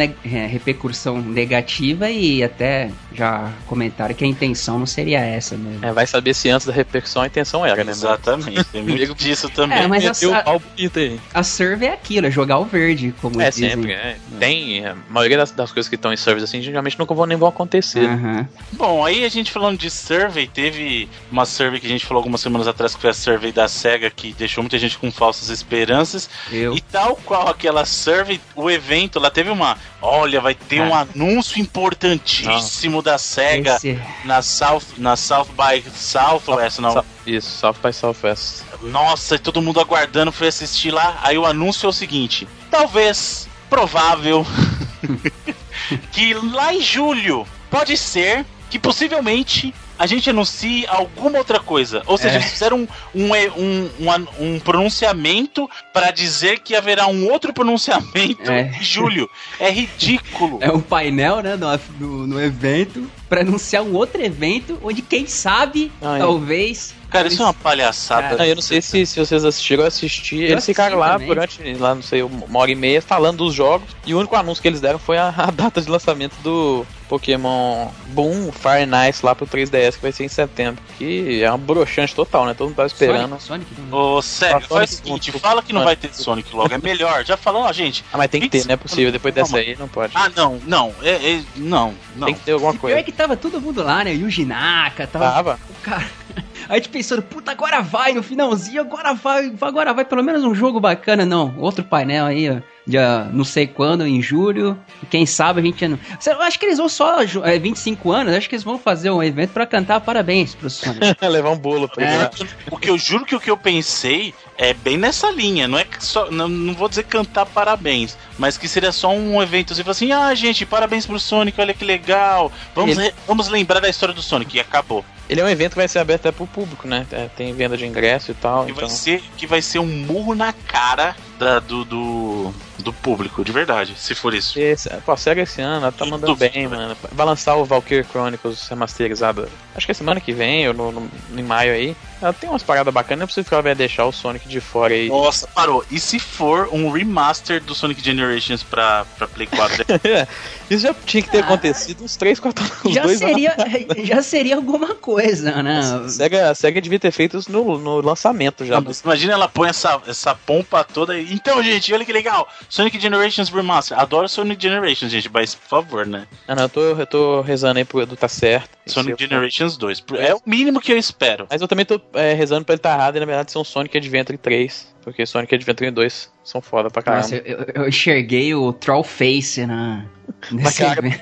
negativa e até já comentaram que a intenção não seria essa mesmo. Vai saber se antes da repercussão a intenção era, né? Exatamente. Tem muito disso também. Mas a serve é aquilo, é jogar o verde, como dizem. Sempre. Tem, a maioria das coisas que estão em servers assim, geralmente nunca vão acontecer. Bom, aí a gente falando de survey, teve uma survey que a gente falou algumas semanas atrás, que foi a survey da SEGA, que deixou muita gente com falsas esperanças. E tal qual aquela survey, o evento, lá teve vai ter um anúncio importantíssimo da SEGA na South by Southwest, não? Isso, South by Southwest. Nossa, todo mundo aguardando, foi assistir lá. Aí o anúncio é o seguinte: talvez, provável, que lá em julho, pode ser que possivelmente a gente anuncie alguma outra coisa. Ou seja, eles fizeram um pronunciamento para dizer que haverá um outro pronunciamento em julho. É ridículo. É um painel, né, no evento para anunciar um outro evento onde, quem sabe, talvez... Cara, isso é uma palhaçada. Eu não sei se vocês assistiram, eu assisti. Eles ficaram lá durante, não sei, 1h30 falando dos jogos. E o único anúncio que eles deram foi a data de lançamento do Pokémon Boom Fire and Ice lá pro 3DS, que vai ser em setembro. Que é uma broxante total, né? Todo mundo tava esperando. Sonic? Ô, sério, faz o seguinte, fala que não vai ter Sonic logo, é melhor. Já falou, gente. Mas tem que ter, não é possível. Depois dessa aí, não pode. Não. Não. Tem que ter alguma coisa. Pior é que tava todo mundo lá, né? Yuji Naka, tava. O cara... A gente pensando, agora vai, no finalzinho, agora vai pelo menos um jogo bacana. Não, outro painel aí, ó, dia não sei quando, em julho. Quem sabe a gente não... Eu acho que eles vão só 25 anos, acho que eles vão fazer um evento pra cantar parabéns pro Sonic. Levar um bolo pra ele. Porque eu juro que o que eu pensei é bem nessa linha, não é que só, não vou dizer cantar parabéns, mas que seria só um evento assim, gente, parabéns pro Sonic, olha que legal, vamos lembrar da história do Sonic, e acabou. Ele é um evento que vai ser aberto até pro público, né? Tem venda de ingresso e tal. Que vai ser um murro na cara do público, de verdade, se for isso. A SEGA esse ano, ela tá mandando bem, mano. Vai lançar o Valkyrie Chronicles remasterizado, acho que é semana que vem, ou em maio aí. Ela tem umas paradas bacanas, não é possível que ela vai deixar o Sonic de fora aí. Nossa, parou. E se for um remaster do Sonic Generations pra Play 4. Isso já tinha que ter acontecido uns 3, 4 anos. Já seria alguma coisa, né? A SEGA devia ter feito isso no lançamento já. Imagina ela põe essa pompa toda aí. Então, gente, olha que legal. Sonic Generations Remaster. Adoro Sonic Generations, gente, mas por favor, né? Não, eu tô rezando aí pro Edu tá certo. Sonic Generations 2. É o mínimo que eu espero. Mas eu também tô rezando pra ele tá errado e na verdade ser um Sonic Adventure 3. Porque Sonic Adventure 2 são foda pra caramba. Nossa, eu enxerguei o Trollface nesse evento.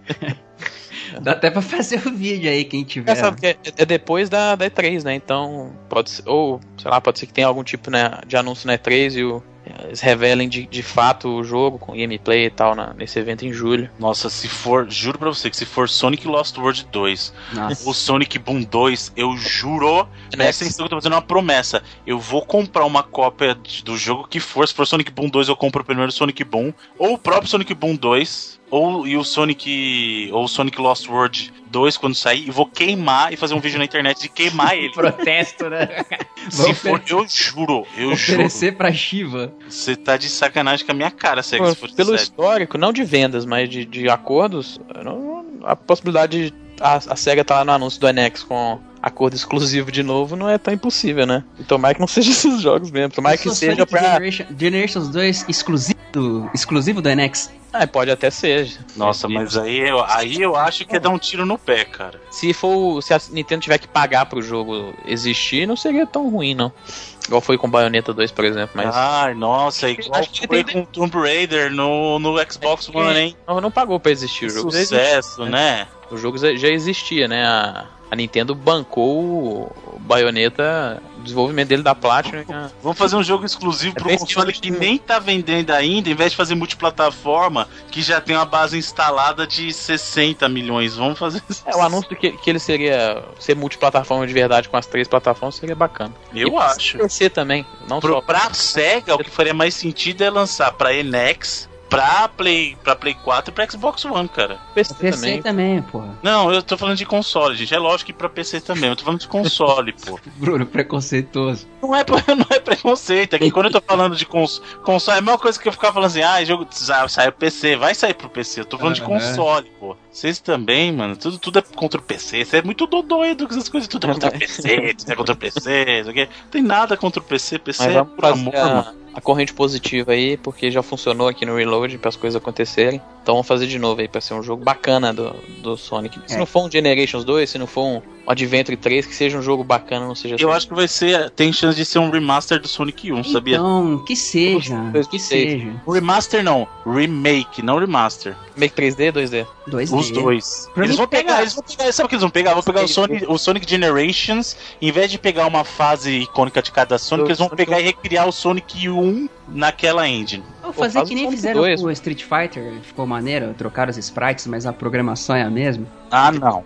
Dá até pra fazer o vídeo aí, quem tiver. Sabe que é depois da E3, né? Então, pode ser, ou, sei lá, pode ser que tenha algum tipo, né, de anúncio na E3 e eles revelem de fato o jogo com gameplay e tal nesse evento em julho. Nossa, se for, juro pra você que se for Sonic Lost World 2 ou Sonic Boom 2, eu juro, presta atenção que eu tô fazendo uma promessa, eu vou comprar uma cópia do jogo que for. Se for Sonic Boom 2, eu compro o primeiro Sonic Boom, ou o próprio Sonic Boom 2, ou o Sonic Lost World 2 quando sair, e vou queimar e fazer um vídeo na internet de queimar ele. Protesto, né? Se for, eu juro. Oferecer pra Shiva. Você tá de sacanagem com a minha cara, se for pelo histórico, não de vendas, mas de acordos, a possibilidade de a SEGA tá lá no anúncio do NX com acordo exclusivo de novo não é tão impossível, né? E tomara que não seja esses jogos mesmo. Tomara que seja pra... Generations 2 exclusivo do NX. Pode até ser. Nossa, mas aí eu acho que é dar um tiro no pé, cara. Se a Nintendo tiver que pagar pro jogo existir, não seria tão ruim, não. Igual foi com Bayonetta 2, por exemplo. Mas... Ai, nossa, igual foi com Tomb Raider no Xbox One, hein? Não pagou pra existir o jogo. Sucesso, né? O jogo já existia, né? A Nintendo bancou o Bayonetta, o desenvolvimento dele da Platinum. Vamos fazer um jogo exclusivo pro console que nem tá vendendo ainda, em vez de fazer multiplataforma, que já tem uma base instalada de 60 milhões. Vamos fazer isso. O anúncio que ele seria ser multiplataforma de verdade com as 3 plataformas seria bacana. Eu acho. PC também, não só. Pra SEGA, o que faria mais sentido é lançar pra NX, pra Play 4 e pra Xbox One, cara. PC também, porra. Não, eu tô falando de console, gente. É lógico que pra PC também. Eu tô falando de console, pô. Bruno, preconceituoso. Não é preconceito. É que quando eu tô falando de console, é a mesma coisa que eu ficar falando assim, jogo sai pro PC, vai sair pro PC. Eu tô falando de console, pô. Vocês também, mano. Tudo é contra o PC. Você é muito doido com essas coisas. Tudo é contra o PC, tudo é contra o PC. Não tem nada contra o PC. PC é por amor, mano. A corrente positiva aí, porque já funcionou aqui no Reload para as coisas acontecerem. Então vamos fazer de novo aí para ser um jogo bacana do Sonic. Se não for um Generations 2, se não for um Adventure 3, que seja um jogo bacana, não seja... Eu acho que tem chance de ser um remaster do Sonic 1, sabia? Não, que seja. Um remaster não, remake, não remaster. Remake 3D, 2D? 2D. Os dois. Eles vão pegar, sabe o que eles vão pegar? Vão pegar o Sonic Generations, em vez de pegar uma fase icônica de cada Sonic, eles vão pegar e recriar o Sonic 1 naquela engine. Vou fazer que nem fizeram com o Street Fighter, ficou maneiro, trocaram os sprites, mas a programação é a mesma. Ah, não.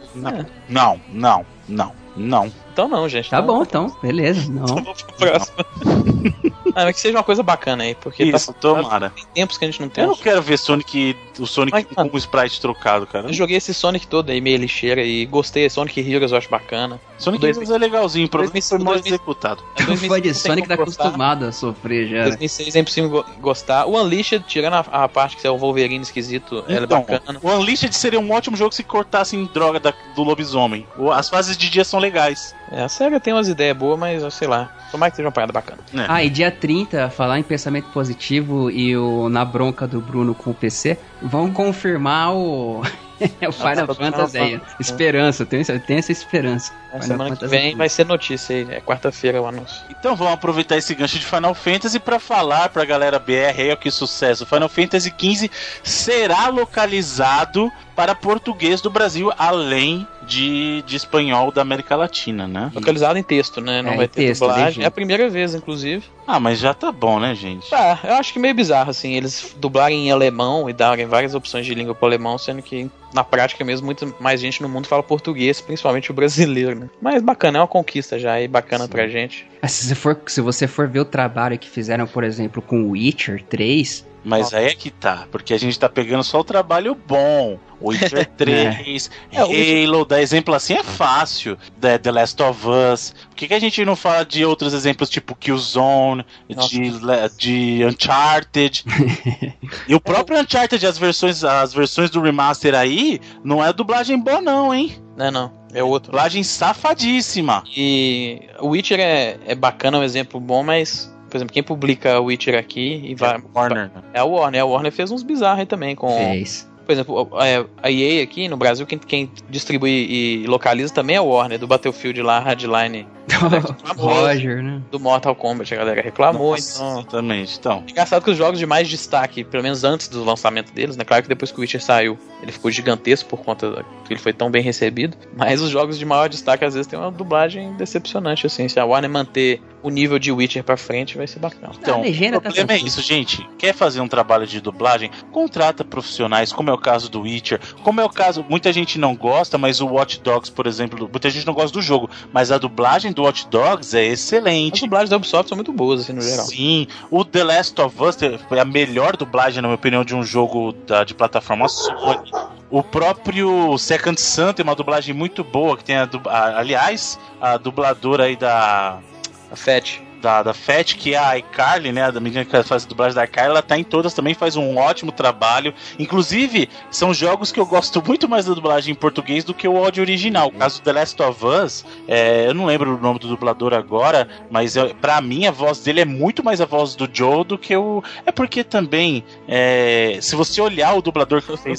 Não. Então não, gente. Tá bom, então. Beleza. Não. Então vamos pro próximo. Mas que seja uma coisa bacana aí, porque isso, tomara. Tem tempos que a gente não tem. Eu não quero ver o Sonic com o sprite trocado, cara. Eu joguei esse Sonic todo aí, meio lixeira, e gostei. Sonic Heroes eu acho bacana. Sonic Heroes é legalzinho, provavelmente foi mal executado. O fã de Sonic tá acostumado a sofrer já. 2006 é impossível gostar. O Unleashed, tirando a parte que é o Wolverine esquisito, ela é bacana. O Unleashed seria um ótimo jogo se cortassem droga do lobisomem. As fases de dia são legais. A SEGA tem umas ideias boas, mas sei lá. Tomara que seja uma parada bacana. E dia 30, falar em pensamento positivo e na bronca do Bruno com o PC, vão confirmar o Final Fantasy aí. Esperança, tem essa esperança. Semana que vem vai ser notícia aí, quarta-feira o anúncio. Então vamos aproveitar esse gancho de Final Fantasy pra falar pra galera BR aí, que sucesso. Final Fantasy XV será localizado para português do Brasil, além de espanhol da América Latina, né? Localizado em texto, né? Não vai ter dublagem. É a primeira vez, inclusive. Mas já tá bom, né, gente? Eu acho que meio bizarro, assim, eles dublarem em alemão e darem várias opções de língua pro alemão, sendo que na prática mesmo, muito mais gente no mundo fala português, principalmente o brasileiro, né? Mas bacana, é uma conquista já e bacana pra gente. Se você for ver o trabalho que fizeram, por exemplo, com o Witcher 3, Mas aí é que tá, porque a gente tá pegando só o trabalho bom. Witcher 3, Halo, dar exemplo assim é fácil. The Last of Us. Por que a gente não fala de outros exemplos tipo Killzone, de Uncharted? E o próprio Uncharted, as versões do remaster aí, não é dublagem boa não, hein? Não, é outro. Dublagem safadíssima. E o Witcher é bacana, é um exemplo bom, mas... Por exemplo, quem publica o Witcher aqui e vai... Warner. É a Warner. A Warner fez uns bizarros aí também com... Fez. Por exemplo, a EA aqui no Brasil, quem distribui e localiza também é a Warner, do Battlefield lá, Hardline. Roger, né? Do Mortal Kombat, a galera reclamou. Nossa, então... Exatamente. Então. É engraçado que os jogos de mais destaque, pelo menos antes do lançamento deles, né? Claro que depois que o Witcher saiu, ele ficou gigantesco por conta que ele foi tão bem recebido. Mas os jogos de maior destaque, às vezes, tem uma dublagem decepcionante, assim. Se a Warner manter o nível de Witcher pra frente, vai ser bacana. Então, o problema é isso, gente. Quer fazer um trabalho de dublagem? Contrata profissionais, como é o caso do Witcher. Como é o caso, muita gente não gosta, mas o Watch Dogs, por exemplo, muita gente não gosta do jogo, mas a dublagem do Watch Dogs é excelente. As dublagens da Ubisoft são muito boas, assim, no geral. Sim, o The Last of Us foi a melhor dublagem, na minha opinião, de um jogo de plataforma Sony. O próprio Second Son tem uma dublagem muito boa, que tem aliás, a dubladora aí da Fett. Da Fett, que é a iCarly, né? Da menina que faz a dublagem da iCarly, ela tá em todas também, faz um ótimo trabalho. Inclusive, são jogos que eu gosto muito mais da dublagem em português do que o áudio original. O caso do The Last of Us, eu não lembro o nome do dublador agora, mas pra mim a voz dele é muito mais a voz do Joe do que o... É porque também, se você olhar o dublador que fez...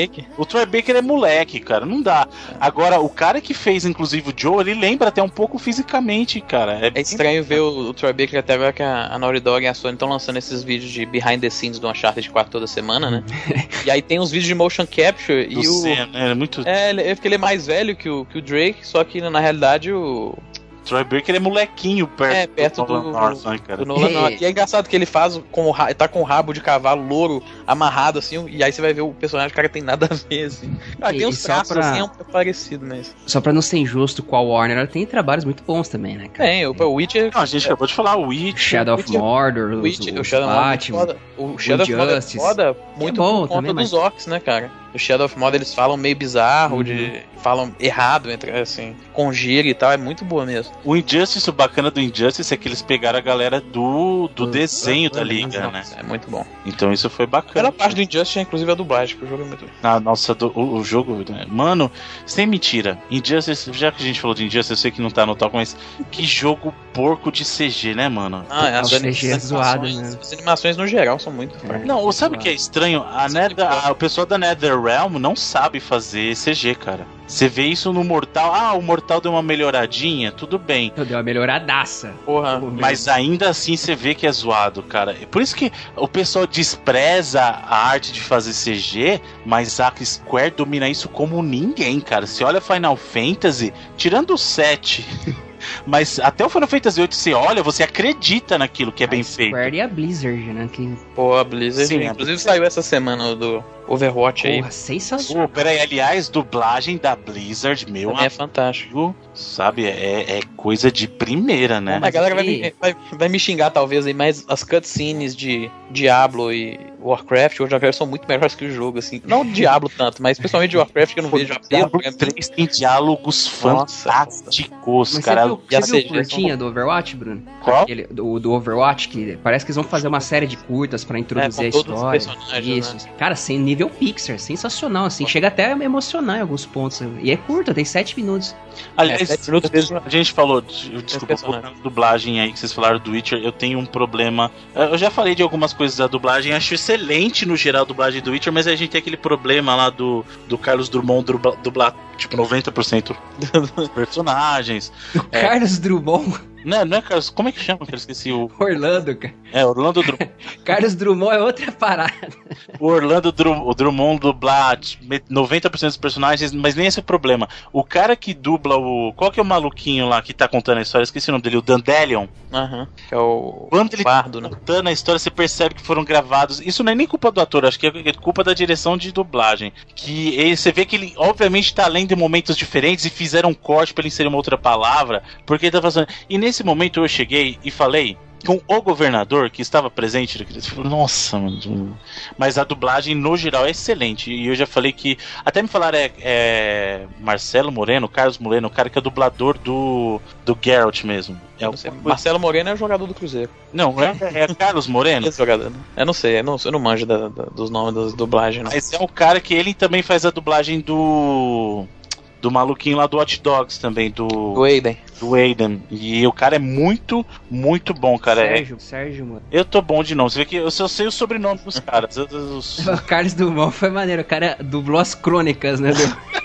O Troy Baker é moleque, cara, não dá. Agora, o cara que fez, inclusive, o Joe, ele lembra até um pouco fisicamente, cara. É estranho ver o Troy Baker, até agora que a Naughty Dog e a Sony estão lançando esses vídeos de behind the scenes do Uncharted 4 toda semana, né? E aí tem uns vídeos de motion capture e o... É muito... porque ele é mais velho que o Drake, só que na realidade o... Troy Baker é molequinho perto do Nolan North. E é engraçado que ele faz tá com o rabo de cavalo louro amarrado assim, e aí você vai ver o personagem, o cara tem nada a ver assim. Tem uns traços assim, é parecido mesmo. Só pra não ser injusto com a Warner, ela tem trabalhos muito bons também, né, cara? Tem, o Witcher... Não, a gente acabou de falar, o Witcher... Shadow of Mordor, o Shadow of Mordor, o Shadow of Mordor é foda muito por conta dos orcs, né, cara? O Shadow of Mordor eles falam meio bizarro, falam errado, assim, com gíria e tal, é muito boa mesmo. O Injustice, o bacana do Injustice é que eles pegaram a galera do desenho da Liga, né? É muito bom. Então isso foi bacana. Aquela parte do Injustice é inclusive a dublagem, que o jogo é muito bom. Nossa, o jogo... Mano, sem mentira, Injustice, já que a gente falou de Injustice, eu sei que não tá no top, mas que jogo porco de CG, né, mano? As CG é zoado, né? As animações no geral são muito fortes. Não, sabe o que é estranho? O pessoal da NetherRealm não sabe fazer CG, cara. Você vê isso no Mortal. O Mortal deu uma melhoradinha, tudo bem. Deu uma melhoradaça. Porra, mas ainda assim você vê que é zoado, cara. Por isso que o pessoal despreza a arte de fazer CG, mas a Square domina isso como ninguém, cara. Você olha Final Fantasy, tirando o 7... Mas até o Final Fantasy VIII você olha, você acredita naquilo que é bem feito. Square e a Blizzard, né? Pô, a Blizzard, sim, inclusive saiu essa semana do Overwatch aí. Porra, sensacional. Peraí, aliás, dublagem da Blizzard, meu amigo, é fantástico. Sabe, é coisa de primeira, né? A galera vai me xingar talvez aí, mas as cutscenes de Diablo e Warcraft hoje são muito melhores que o jogo, assim. Não Diablo tanto, mas principalmente de Warcraft que eu não vejo Diablo 3 tem diálogos fantásticos, cara. Você viu o curtinha do Overwatch, Bruno? Qual? Do Overwatch, que parece que eles vão fazer uma série de curtas pra introduzir a história. Isso. Né? Cara, sem nível Pixar, sensacional, assim. Chega até a me emocionar em alguns pontos. E é curta, tem 7 minutos. Aliás, a gente falou, desculpa, dublagem aí que vocês falaram do Witcher, eu tenho um problema. Eu já falei de algumas coisas da dublagem, acho excelente no geral a dublagem do Witcher, mas a gente tem aquele problema lá do Carlos Drummond dublar tipo 90% dos personagens. Carlos Drummond? Não é Carlos, como é que chama? Eu esqueci o... Orlando, cara. Orlando Drummond. Carlos Drummond é outra parada. O Orlando Drummond dublar 90% dos personagens, mas nem esse é o problema. O cara que dubla qual que é o maluquinho lá que tá contando a história? Esqueci o nome dele, o Dandelion. Que é o quando ele Bardo, tá contando a história, você percebe que foram gravados. Isso não é nem culpa do ator, acho que é culpa da direção de dublagem. Que você vê que ele, obviamente, tá lendo em momentos diferentes e fizeram um corte pra ele inserir uma outra palavra, porque ele tá fazendo. E nesse momento eu cheguei e falei, com o governador que estava presente. Nossa, mano. Mas a dublagem, no geral, é excelente. E eu já falei que... Até me falaram, Marcelo Moreno, Carlos Moreno, o cara que é dublador do Geralt mesmo. Marcelo Moreno é o jogador do Cruzeiro. Não, é Carlos Moreno? Esse jogador, né? Eu não sei, eu não manjo dos nomes das dublagens. Não. Mas é um cara que ele também faz a dublagem do maluquinho lá do Watch Dogs também, do Aiden. Do Aiden. E o cara é muito, muito bom, cara. Sérgio, mano. Eu tô bom de nome. Você vê que eu só sei o sobrenome dos caras. O Carlos Dumont foi maneiro. O cara dublou as crônicas, né?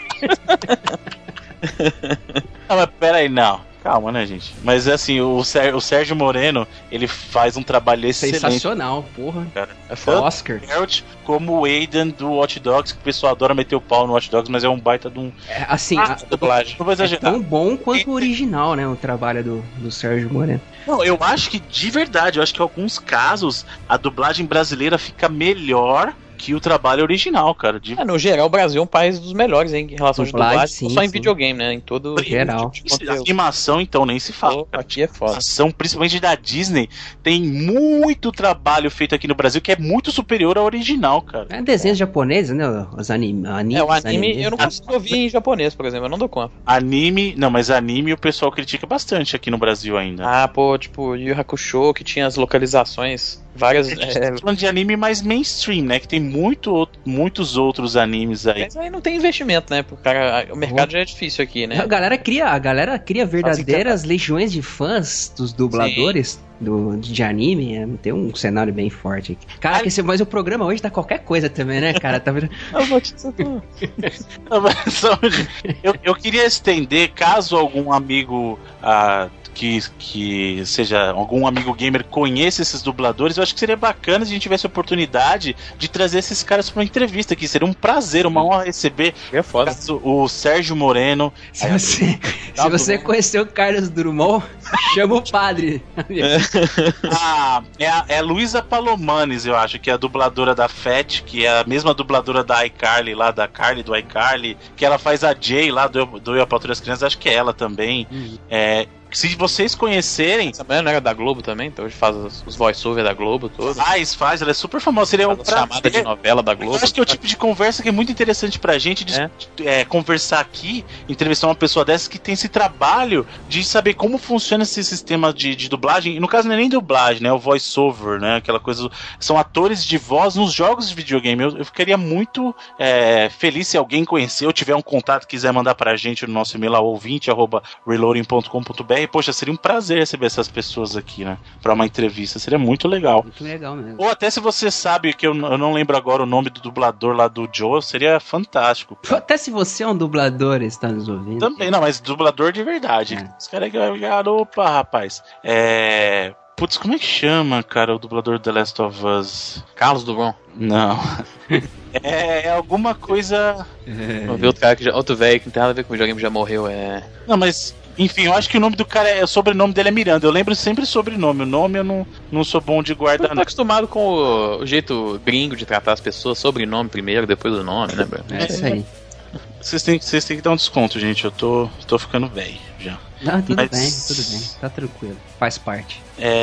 Não, mas peraí, não. Calma, né, gente? Mas assim, o Sérgio Moreno, ele faz um trabalho excelente. Sensacional, porra. Cara. É foda. Oscar. Como o Aiden do Watch Dogs, que o pessoal adora meter o pau no Watch Dogs, mas é um baita de um... assim, a dublagem. Não vou exagerar. É tão bom quanto o original, né? O trabalho do Sérgio Moreno. Não, eu acho que, de verdade, eu acho que em alguns casos, a dublagem brasileira fica melhor que o trabalho original, cara. No geral, o Brasil é um país dos melhores em relação de dublagem, sim, só em videogame, né? Em todo geral. A animação, então, nem se fala. Aqui é foda. A animação, principalmente da Disney, tem muito trabalho feito aqui no Brasil que é muito superior ao original, cara. É desenhos japoneses, né? Os animes. O anime eu não consigo ouvir em japonês, por exemplo. Eu não dou conta. Mas anime o pessoal critica bastante aqui no Brasil ainda. Tipo, Yu Yu Hakusho, que tinha as localizações várias... falando de anime mais mainstream, né? Que tem muitos outros animes aí. Mas aí não tem investimento, né? O mercado já é difícil aqui, né? A galera cria verdadeiras legiões de fãs dos dubladores de anime. Tem um cenário bem forte aqui. Cara, mas o programa hoje tá qualquer coisa também, né, cara? Tá vendo? Eu queria estender, caso algum amigo... que seja algum amigo gamer conheça esses dubladores, eu acho que seria bacana se a gente tivesse a oportunidade de trazer esses caras para uma entrevista aqui. Seria um prazer, uma honra receber o Sérgio Moreno. Se você conhecer o Carlos Drummond, chama o padre. É a Luísa Palomanes, eu acho, que é a dubladora da Fat, que é a mesma dubladora da iCarly, lá da Carly, do iCarly, que ela faz a Jay lá do Eu, a Patrulha das Crianças, acho que é ela também. Se vocês conhecerem... Essa mulher não era da Globo também? Então hoje faz os voice-over da Globo todo. Faz, ela é super famosa. Seria uma chamada de novela da Globo. Eu acho que é o tipo de conversa que é muito interessante pra gente conversar aqui, entrevistar uma pessoa dessa que tem esse trabalho de saber como funciona esse sistema de dublagem. E no caso não é nem dublagem, né? É o voice-over, né? Aquela coisa... São atores de voz nos jogos de videogame. Eu ficaria muito feliz se alguém conhecer ou tiver um contato e quiser mandar pra gente no nosso e-mail lá, ouvinte@reloading.com.br. Poxa, seria um prazer receber essas pessoas aqui, né? Pra uma entrevista, seria muito legal. Muito legal mesmo. Ou até se você sabe, que eu não lembro agora o nome do dublador lá do Joe, seria fantástico. Até se você é um dublador e está nos ouvindo. Também, não, mas dublador de verdade. Os caras que vai ligar, opa, rapaz. Putz, como é que chama, cara, o dublador do The Last of Us? Carlos Dumont. Não. É alguma coisa... Vamos ver outro cara outro velho que não tem nada a ver com o videogame, já morreu, Não, mas... Enfim, eu acho que o nome do cara, o sobrenome dele é Miranda. Eu lembro sempre o sobrenome. O nome eu não sou bom de guardar. Eu tô acostumado com o jeito gringo de tratar as pessoas. Sobrenome primeiro, depois o nome, né, bro? É isso aí. Vocês têm que dar um desconto, gente. Eu tô ficando velho já. Não, tudo bem. Tá tranquilo. Faz parte.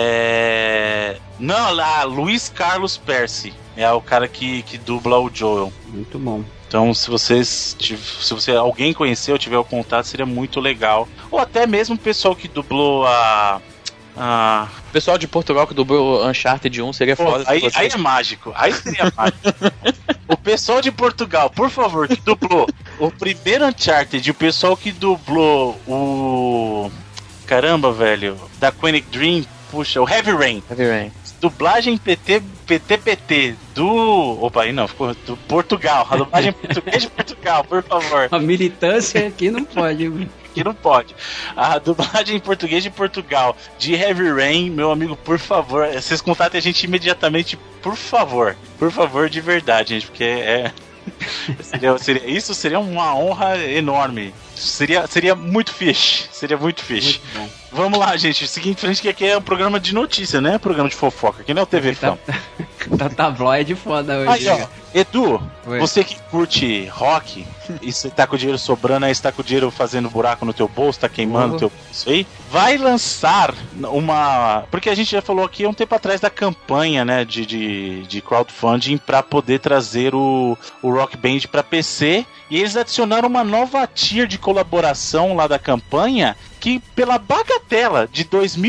Não, lá, Luiz Carlos Percy. É o cara que dubla o Joel. Muito bom. Então, se alguém conhecer ou tiver o contato, seria muito legal. Ou até mesmo o pessoal que dublou o pessoal de Portugal que dublou Uncharted 1 seria foda. Aí é mágico. Aí seria mágico. O pessoal de Portugal, por favor, que dublou o primeiro Uncharted, o pessoal que dublou o... Caramba, velho. Da Quantic Dream, puxa, o Heavy Rain. Dublagem PT do... Opa, aí não, ficou do Portugal. A dublagem português de Portugal, por favor. A militância aqui não pode. Aqui não pode. A dublagem em português de Portugal de Heavy Rain, meu amigo, por favor, vocês contatem a gente imediatamente, por favor. Por favor, de verdade, gente, porque isso seria uma honra enorme. Seria muito fish. Seria muito fish. Muito bom. Vamos lá, gente. Seguinte frente, que aqui é um programa de notícia, né? Programa de fofoca. Aqui não é o TV Fama. Tá tabloide foda Aí, hoje. ó, Edu, Oi. você que curte rock e você tá com o dinheiro sobrando, aí você tá com o dinheiro fazendo buraco no teu bolso, tá queimando teu bolso aí, vai lançar uma... Porque a gente já falou aqui há um tempo atrás da campanha, né, de crowdfunding pra poder trazer o Rock Band pra PC, e eles adicionaram uma nova tier de colaboração lá da campanha, que pela bagatela de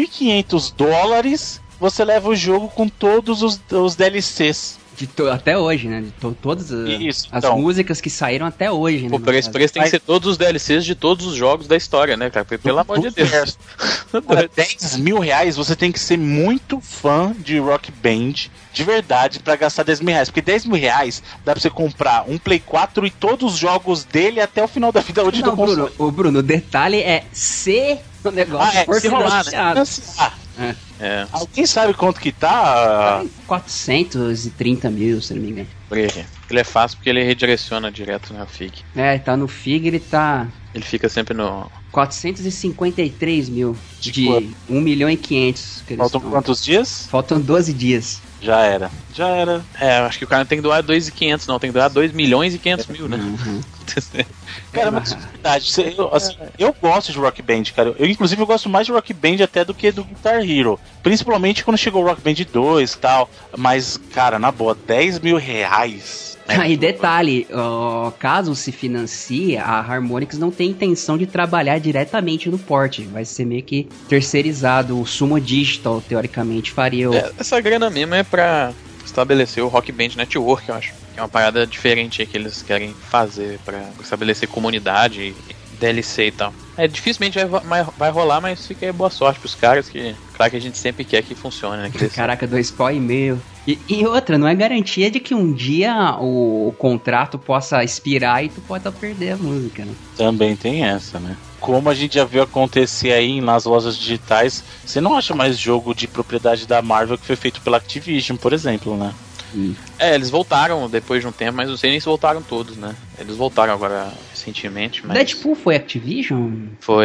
$2.500 você leva o jogo com todos os DLCs. Até hoje, né? De todas Isso, as então. músicas que saíram até hoje, né? Pô, por esse preço tem que ser todos os DLCs de todos os jogos da história, né, cara? Pelo amor de Deus. Para R$10.000 você tem que ser muito fã de Rock Band de verdade pra gastar R$10.000. Porque R$10.000 dá pra você comprar um Play 4 e todos os jogos dele até o final da vida útil do console. Bruno, o detalhe é se o negócio for se rolar, financiado. né? É. Alguém sabe quanto que tá? 430 mil, se não me engano. Ele é fácil porque ele redireciona direto na FIG. É, tá no FIG, ele tá Ele fica sempre no... 453 mil de quanto? 1 milhão e 500. Que eles Faltam estão. quantos dias? Faltam 12 dias. Já era. É, acho que o cara não tem que doar 2.500, não. Tem que doar 2.500.000, né? Uhum. Cara, mas é verdade. Eu gosto de Rock Band, cara. Inclusive, eu gosto mais de Rock Band até do que do Guitar Hero. Principalmente quando chegou o Rock Band 2 e tal. Mas, cara, na boa, R$10.000. E detalhe, caso se financie, a Harmonix não tem intenção de trabalhar diretamente no port. Vai ser meio que terceirizado. O Sumo Digital, teoricamente, faria o... Essa grana mesmo é pra estabelecer o Rock Band Network, eu acho. É uma parada diferente aí que eles querem fazer pra estabelecer comunidade e DLC e tal. Dificilmente vai rolar, mas fica aí boa sorte pros caras, que claro que a gente sempre quer que funcione, né? Caraca, 2,5 pau. E outra, não é garantia de que um dia o contrato possa expirar e tu possa perder a música, né? Também tem essa, né? Como a gente já viu acontecer aí nas lojas digitais, você não acha mais jogo de propriedade da Marvel que foi feito pela Activision, por exemplo, né? Eles voltaram depois de um tempo, mas não sei nem se voltaram todos, né? Eles voltaram agora recentemente, mas... Deadpool foi Activision?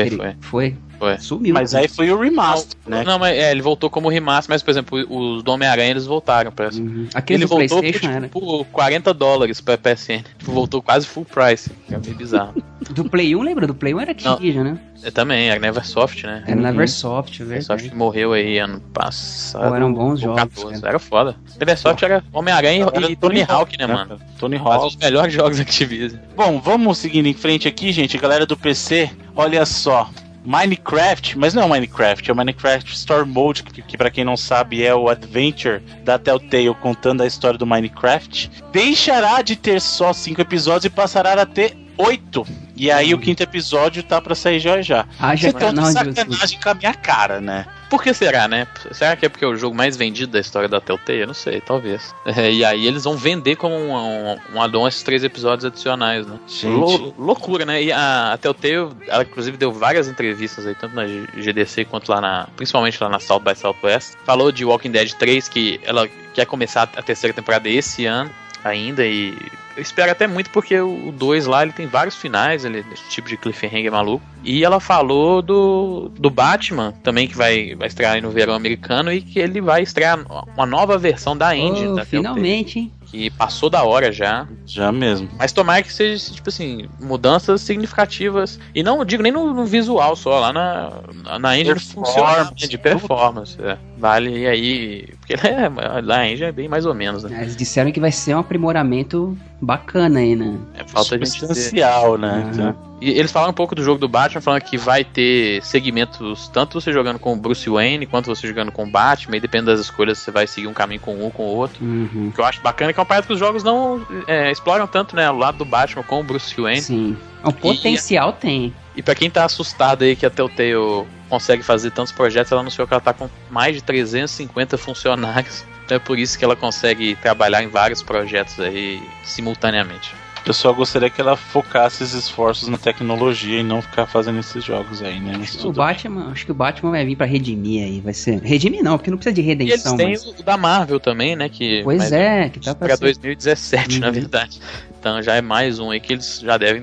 Foi. Sumiu. Mas aí foi o remaster, né? Não, mas ele voltou como remaster, mas, por exemplo, os do Homem-Aranha eles voltaram pra essa. Aquele ele do voltou PlayStation, por $40 pra PSN. Voltou quase full price, que é meio bizarro. Do Play 1, lembra? Do Play 1 era Activision, né? Também, era Neversoft, né? Era Neversoft, verdade. Neversoft morreu aí ano passado. Eram bons jogos. 14. Era foda. Neversoft era Homem-Aranha e Tony Hawk, né, mano? Tony Faz Hawk. os melhores jogos da Activision. Bom, vamos seguindo em frente aqui, gente. Galera do PC, olha só. Minecraft, mas não é o Minecraft, é o Minecraft Story Mode, que pra quem não sabe é o Adventure da Telltale contando a história do Minecraft. Deixará de ter só 5 episódios e passará a ter 8. E aí o 5º episódio tá pra sair já já. Vocês estão de sacanagem com a minha cara, né? Por que será, né? Será que é porque é o jogo mais vendido da história da Telltale? Eu não sei, talvez. E aí eles vão vender como um add-on esses 3 episódios adicionais, né? Gente. Loucura, né? E a Telltale, ela inclusive deu várias entrevistas aí, tanto na GDC quanto lá principalmente lá na South by Southwest. Falou de Walking Dead 3, que ela quer começar a 3ª temporada esse ano ainda, e eu espero até muito porque o 2 lá ele tem vários finais, esse tipo de cliffhanger maluco. E ela falou do Batman também, que vai estrear aí no verão americano, e que ele vai estrear uma nova versão da engine da finalmente, hein? Que passou da hora já. Já mesmo. Mas tomara que seja, tipo assim, mudanças significativas. E não digo nem no visual só, lá na engine funciona de performance. Vale, e aí... Porque lá a engine é bem mais ou menos, né? Eles disseram que vai ser um aprimoramento bacana aí, né? Falta de substancial, né? E eles falaram um pouco do jogo do Batman, falando que vai ter segmentos, tanto você jogando com o Bruce Wayne, quanto você jogando com o Batman, e depende das escolhas, você vai seguir um caminho com um ou com o outro. O que eu acho bacana é que é uma parada que os jogos não exploram tanto, né? O lado do Batman com o Bruce Wayne. Sim. O potencial tem. E pra quem tá assustado aí que a Telltale consegue fazer tantos projetos, ela anunciou que ela tá com mais de 350 funcionários. Então é por isso que ela consegue trabalhar em vários projetos aí simultaneamente. Eu só gostaria que ela focasse esses esforços na tecnologia e não ficar fazendo esses jogos aí, né? Acho que o Batman vai vir pra redimir aí, vai ser... Redimir não, porque não precisa de redenção. E eles têm o da Marvel também, né? Que tá pra 2017, na verdade. Então já é mais um aí que eles já devem...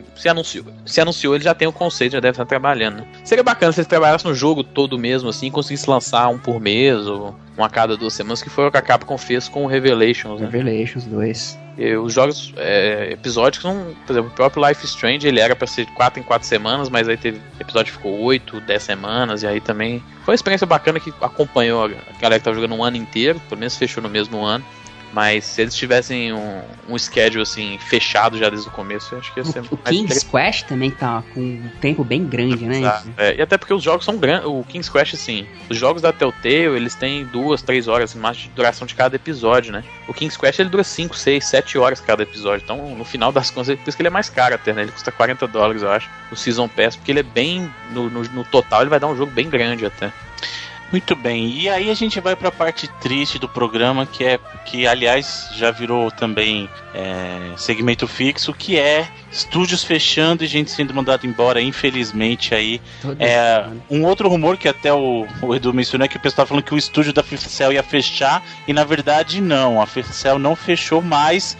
Se anunciou, eles já têm o conceito, já devem estar trabalhando, né? Seria bacana se eles trabalhassem no jogo todo mesmo, assim, conseguissem lançar um por mês, ou a cada 2 semanas, que foi o que a Capcom fez com o Revelations, né? Revelations 2. E os jogos episódicos, por exemplo, o próprio Life is Strange, ele era pra ser 4 em 4 semanas, mas aí teve episódio que ficou 8, 10 semanas, e aí também foi uma experiência bacana que acompanhou a galera que tava jogando um ano inteiro, pelo menos fechou no mesmo ano. Mas se eles tivessem um schedule assim, fechado já desde o começo, eu acho que ia ser o King's Quest também tá com um tempo bem grande, né? E até porque os jogos são grandes. O King's Quest, assim, os jogos da Telltale, eles têm 2, 3 horas mais de duração de cada episódio, né? O King's Quest, ele dura 5, 6, 7 horas cada episódio. Então, no final das contas, por isso que ele é mais caro até, né? Ele custa $40, eu acho, o Season Pass, porque ele é bem, no total, ele vai dar um jogo bem grande até. Muito bem, e aí a gente vai pra parte triste do programa, que aliás já virou também segmento fixo, que é estúdios fechando e gente sendo mandado embora, infelizmente aí. Um outro rumor que até o Edu mencionou é que o pessoal tá falando que o estúdio da Fifth Cell ia fechar, e na verdade não, a Fifth Cell não fechou, mas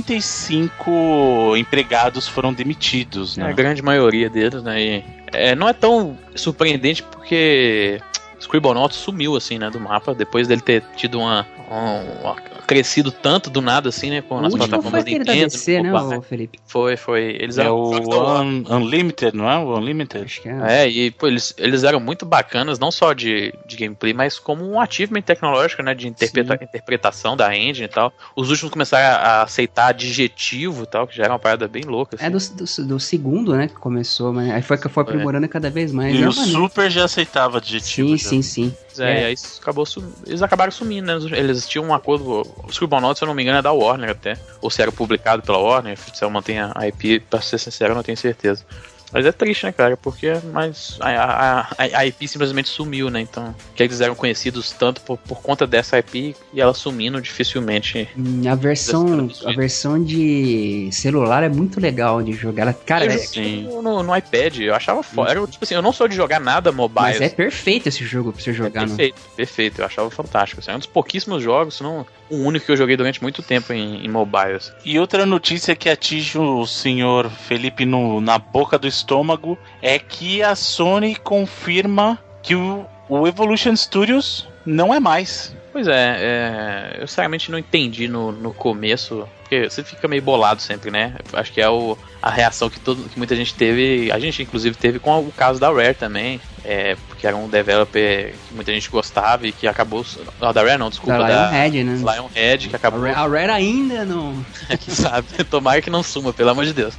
45 empregados foram demitidos, né? A grande maioria deles, né? E, não é tão surpreendente porque Scribblenauts sumiu, assim, né, do mapa, depois dele ter tido crescido tanto do nada, assim, né, com as plataformas Nintendo. Da DC, né, Felipe? Foi. Eles eram o Unlimited, não é? O Unlimited? Acho que é. E pô, eles eram muito bacanas, não só de gameplay, mas como um achievement tecnológico, né, de interpretação da engine e tal. Os últimos começaram a aceitar adjetivo e tal, que já era uma parada bem louca, assim. Do segundo, né, que começou, mas aí foi aprimorando cada vez mais. E o Super já aceitava adjetivo. Sim. E aí eles acabaram sumindo, né? Eles tinham um acordo. O Scribblenauts, se eu não me engano, é da Warner até. Ou se era publicado pela Warner, se ela mantém a IP, pra ser sincero, eu não tenho certeza. Mas é triste, né, cara? Porque a IP simplesmente sumiu, né? Então, que eles eram conhecidos tanto por conta dessa IP e ela sumindo dificilmente. A versão de celular é muito legal de jogar. Cara, no iPad, eu achava foda. Tipo assim, eu não sou de jogar nada mobile. Mas é perfeito esse jogo pra você jogar. Perfeito. Eu achava fantástico. Assim, é um dos pouquíssimos jogos, se não o único que eu joguei durante muito tempo em mobiles. E outra notícia que atinge o senhor Felipe na boca do estômago é que a Sony confirma que o Evolution Studios não é mais. Pois eu sinceramente não entendi no começo, porque você fica meio bolado sempre, né? Acho que é a reação que muita gente teve, a gente inclusive teve com o caso da Rare também, porque era um developer que muita gente gostava e que acabou... Não, da Rare não, desculpa. Da Lionhead, né? Lionhead, que acabou... A Rare ainda não... Quem sabe? Tomara que não suma, pelo amor de Deus.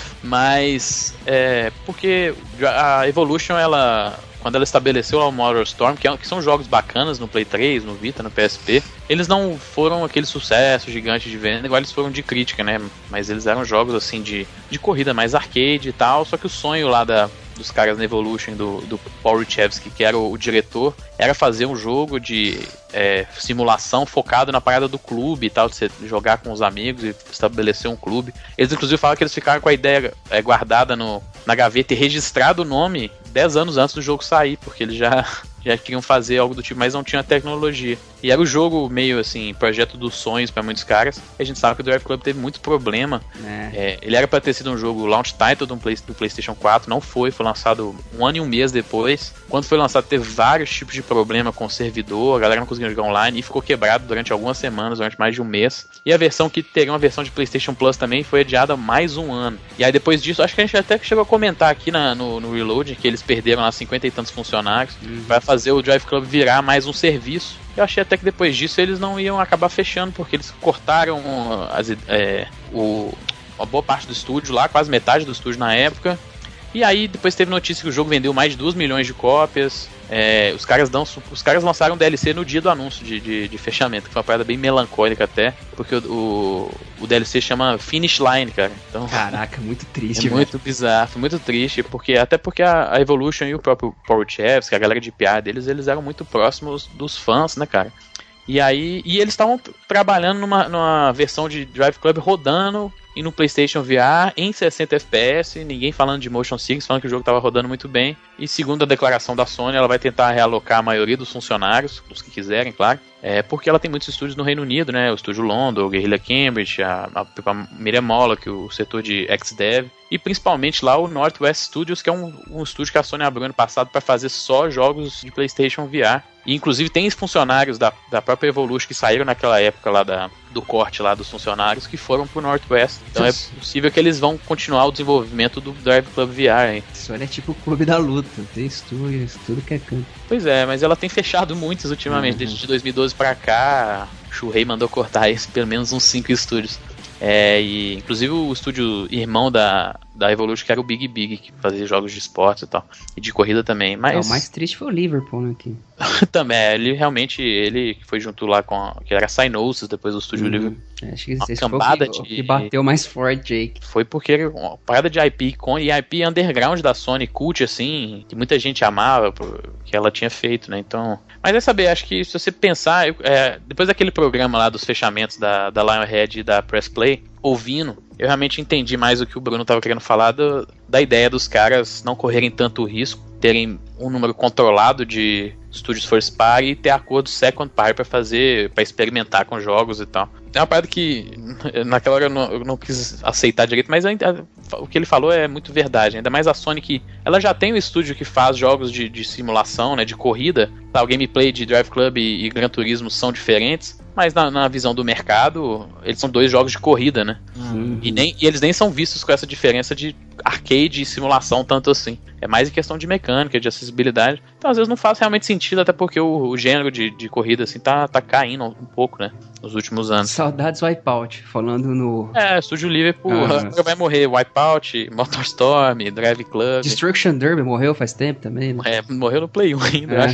Mas, porque a Evolution, quando ela estabeleceu o Motor Storm, que são jogos bacanas no Play 3, no Vita, no PSP, eles não foram aquele sucesso gigante de venda, igual eles foram de crítica, né? Mas eles eram jogos assim de corrida mais arcade e tal, só que o sonho lá dos caras na Evolution, do Paul Richevsky, que era o diretor, era fazer um jogo de simulação focado na parada do clube e tal, de você jogar com os amigos e estabelecer um clube. Eles inclusive falam que eles ficaram com a ideia guardada na gaveta e registrado o nome 10 anos antes do jogo sair, porque eles já queriam fazer algo do tipo, mas não tinha tecnologia. E era o jogo meio assim, projeto dos sonhos pra muitos caras. E a gente sabe que o Drive Club teve muito problema. Ele era pra ter sido um jogo launch title do PlayStation 4, não foi lançado 1 ano e 1 mês depois. Quando foi lançado, teve vários tipos de problema com o servidor, a galera não conseguia jogar online e ficou quebrado durante algumas semanas, durante mais de 1 mês. E a versão que teria uma versão de PlayStation Plus também foi adiada mais 1 ano. E aí depois disso, acho que a gente até chegou a comentar aqui no Reload que eles perderam lá 50 e tantos funcionários para fazer o Drive Club virar mais um serviço. Eu achei até que depois disso eles não iam acabar fechando, porque eles cortaram uma boa parte do estúdio lá, quase metade do estúdio na época. E aí depois teve notícia que o jogo vendeu mais de 2 milhões de cópias. Os caras lançaram DLC no dia do anúncio de fechamento, que foi uma parada bem melancólica até, porque o DLC chama Finish Line, cara. Então, caraca, muito triste. Muito bizarro, foi muito triste, porque a Evolution e o próprio Paul Richevsky, a galera de PR deles, eles eram muito próximos dos fãs, né, cara? E eles estavam trabalhando numa versão de Drive Club rodando e no PlayStation VR em 60 FPS, ninguém falando de motion sickness, falando que o jogo estava rodando muito bem. E segundo a declaração da Sony, ela vai tentar realocar a maioria dos funcionários, os que quiserem, claro, porque ela tem muitos estúdios no Reino Unido, né? O estúdio London, o Guerrilla Cambridge, a Miriam Moloch, o setor de XDev. e principalmente lá o Northwest Studios, que é um estúdio que a Sony abriu ano passado para fazer só jogos de PlayStation VR. E inclusive tem funcionários da própria Evolution que saíram naquela época lá do corte lá dos funcionários que foram pro Northwest. Então é possível que eles vão continuar o desenvolvimento do Drive Club VR, hein? Isso é tipo o Clube da Luta, tem estúdios, tudo que é canto. Pois é, mas ela tem fechado muitos ultimamente, desde 2012 pra cá, o Shuhei mandou cortar esse, pelo menos uns 5 estúdios. E inclusive o estúdio irmão da Evolution, que era o Big Big, que fazia jogos de esportes e tal, e de corrida também. Mas o mais triste foi o Liverpool, né? Aqui. Também, ele foi junto lá que era a Psygnosis, depois do estúdio Liverpool. Acho que esse foi o que bateu mais forte, Jake. Foi porque era uma parada de IP, e IP underground da Sony, cult, assim, que muita gente amava, que ela tinha feito, né? Então... Mas é saber, acho que se você pensar, depois daquele programa lá dos fechamentos da Lionhead e da Press Play, ouvindo, eu realmente entendi mais o que o Bruno estava querendo falar da ideia dos caras não correrem tanto risco, terem um número controlado de estúdios first party e ter acordo second party para experimentar com jogos e tal. É uma parada que naquela hora eu não quis aceitar direito, mas o que ele falou é muito verdade. Ainda mais a Sony, que ela já tem um estúdio que faz jogos de simulação, né, de corrida. O gameplay de Drive Club e Gran Turismo são diferentes, mas na visão do mercado, eles são 2 jogos de corrida, né? E eles nem são vistos com essa diferença de arcade e simulação tanto assim. É mais em questão de mecânica, de acessibilidade. Então às vezes não faz realmente sentido, até porque o gênero de corrida assim tá caindo um pouco, né? Nos últimos anos. Saudades Wipeout, falando no... Estúdio Liverpool, vai morrer Wipeout, MotorStorm, Drive Club. Destruction Derby morreu faz tempo também, né? Morreu no Play 1 ainda, eu acho.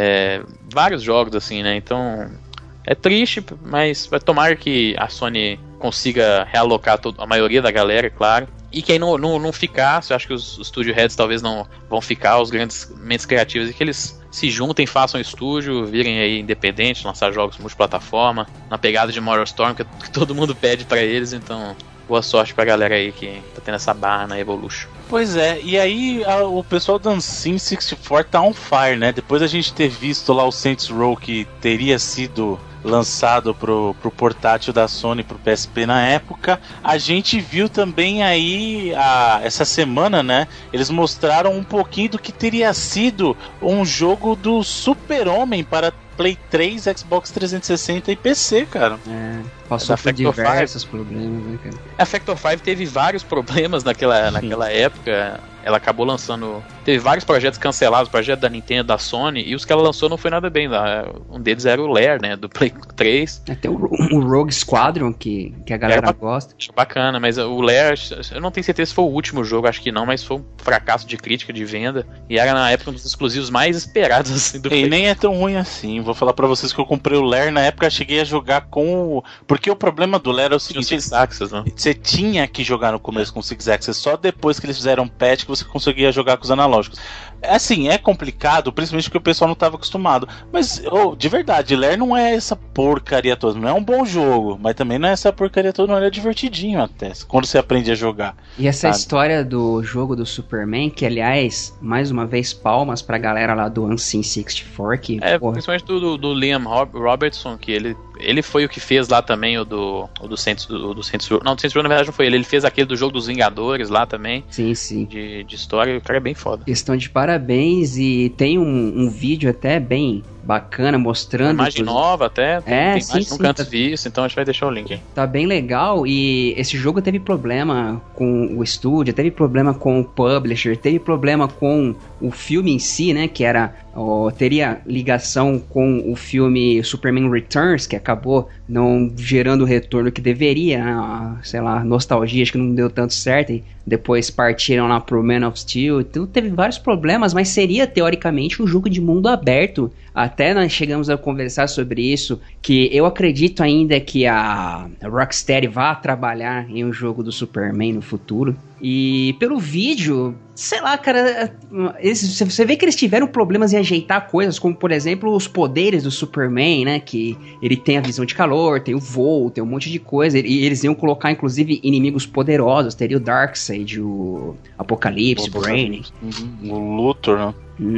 Vários jogos assim, né? Então... É triste, mas vai tomar que a Sony consiga realocar a maioria da galera, é claro. E quem não ficar, eu acho que os Studio Heads talvez não vão ficar, os grandes mentes criativos, e que eles se juntem, façam estúdio, virem aí independentes, lançar jogos multiplataforma, na pegada de MotorStorm, que todo mundo pede pra eles, então boa sorte pra galera aí que tá tendo essa barra na Evolution. Pois é, e aí o pessoal do Unseen 64 tá on fire, né? Depois da gente ter visto lá o Saints Row, que teria sido lançado pro portátil da Sony, pro PSP na época, a gente viu também aí essa semana, né? Eles mostraram um pouquinho do que teria sido um jogo do Super-Homem para Play 3, Xbox 360 e PC, cara. Passou por diversos problemas, né, cara? A Factor 5 teve vários problemas naquela época. Ela acabou lançando... Teve vários projetos cancelados, projeto da Nintendo, da Sony, e os que ela lançou não foi nada bem. Um deles era o Lair, né, do Play 3. Tem o Rogue Squadron, que a galera gosta. Acho bacana, mas o Lair, eu não tenho certeza se foi o último jogo, acho que não, mas foi um fracasso de crítica, de venda, e era na época um dos exclusivos mais esperados, assim, do Play. E nem é tão ruim assim. Vou falar pra vocês que eu comprei o Lair, na época eu cheguei a jogar com... Porque o problema do Lair é o seguinte... Six Axis, né? Você tinha que jogar no começo com o Six Axis, só depois que eles fizeram patch que você conseguia jogar com os analógicos. Assim, é complicado, principalmente porque o pessoal não estava acostumado. Mas, de verdade, Lair não é essa porcaria toda. Não é um bom jogo, mas também não é essa porcaria toda, não. Ele é divertidinho até, quando você aprende a jogar. E essa história do jogo do Superman, que aliás, mais uma vez, palmas pra galera lá do Unseen 64, que... principalmente do Liam Robertson, que ele foi o que fez lá também o do Saints Row. Não, do Saints Row na verdade não foi ele. Ele fez aquele do jogo dos Vingadores lá também. Sim, sim. De história, o cara é bem foda. Questão de parabéns, e tem um vídeo até bem bacana mostrando... Uma imagem nova até, tem imagem sim, nunca antes visto, então a gente vai deixar o link aí. Tá bem legal, e esse jogo teve problema com o estúdio, teve problema com o publisher, teve problema com o filme em si, né, que era... teria ligação com o filme Superman Returns, que acabou não gerando o retorno que deveria, né? Sei lá, nostalgia, acho que não deu tanto certo, e depois partiram lá pro Man of Steel, então teve vários problemas, mas seria teoricamente um jogo de mundo aberto. Até nós chegamos a conversar sobre isso, que eu acredito ainda que a Rocksteady vá trabalhar em um jogo do Superman no futuro. E pelo vídeo, sei lá, cara, você vê que eles tiveram problemas em ajeitar coisas, como por exemplo os poderes do Superman, né, que ele tem a visão de calor, tem o voo, tem um monte de coisa, e eles iam colocar inclusive inimigos poderosos, teria o Darkseid, o Apocalipse, Brain, o Luthor, né?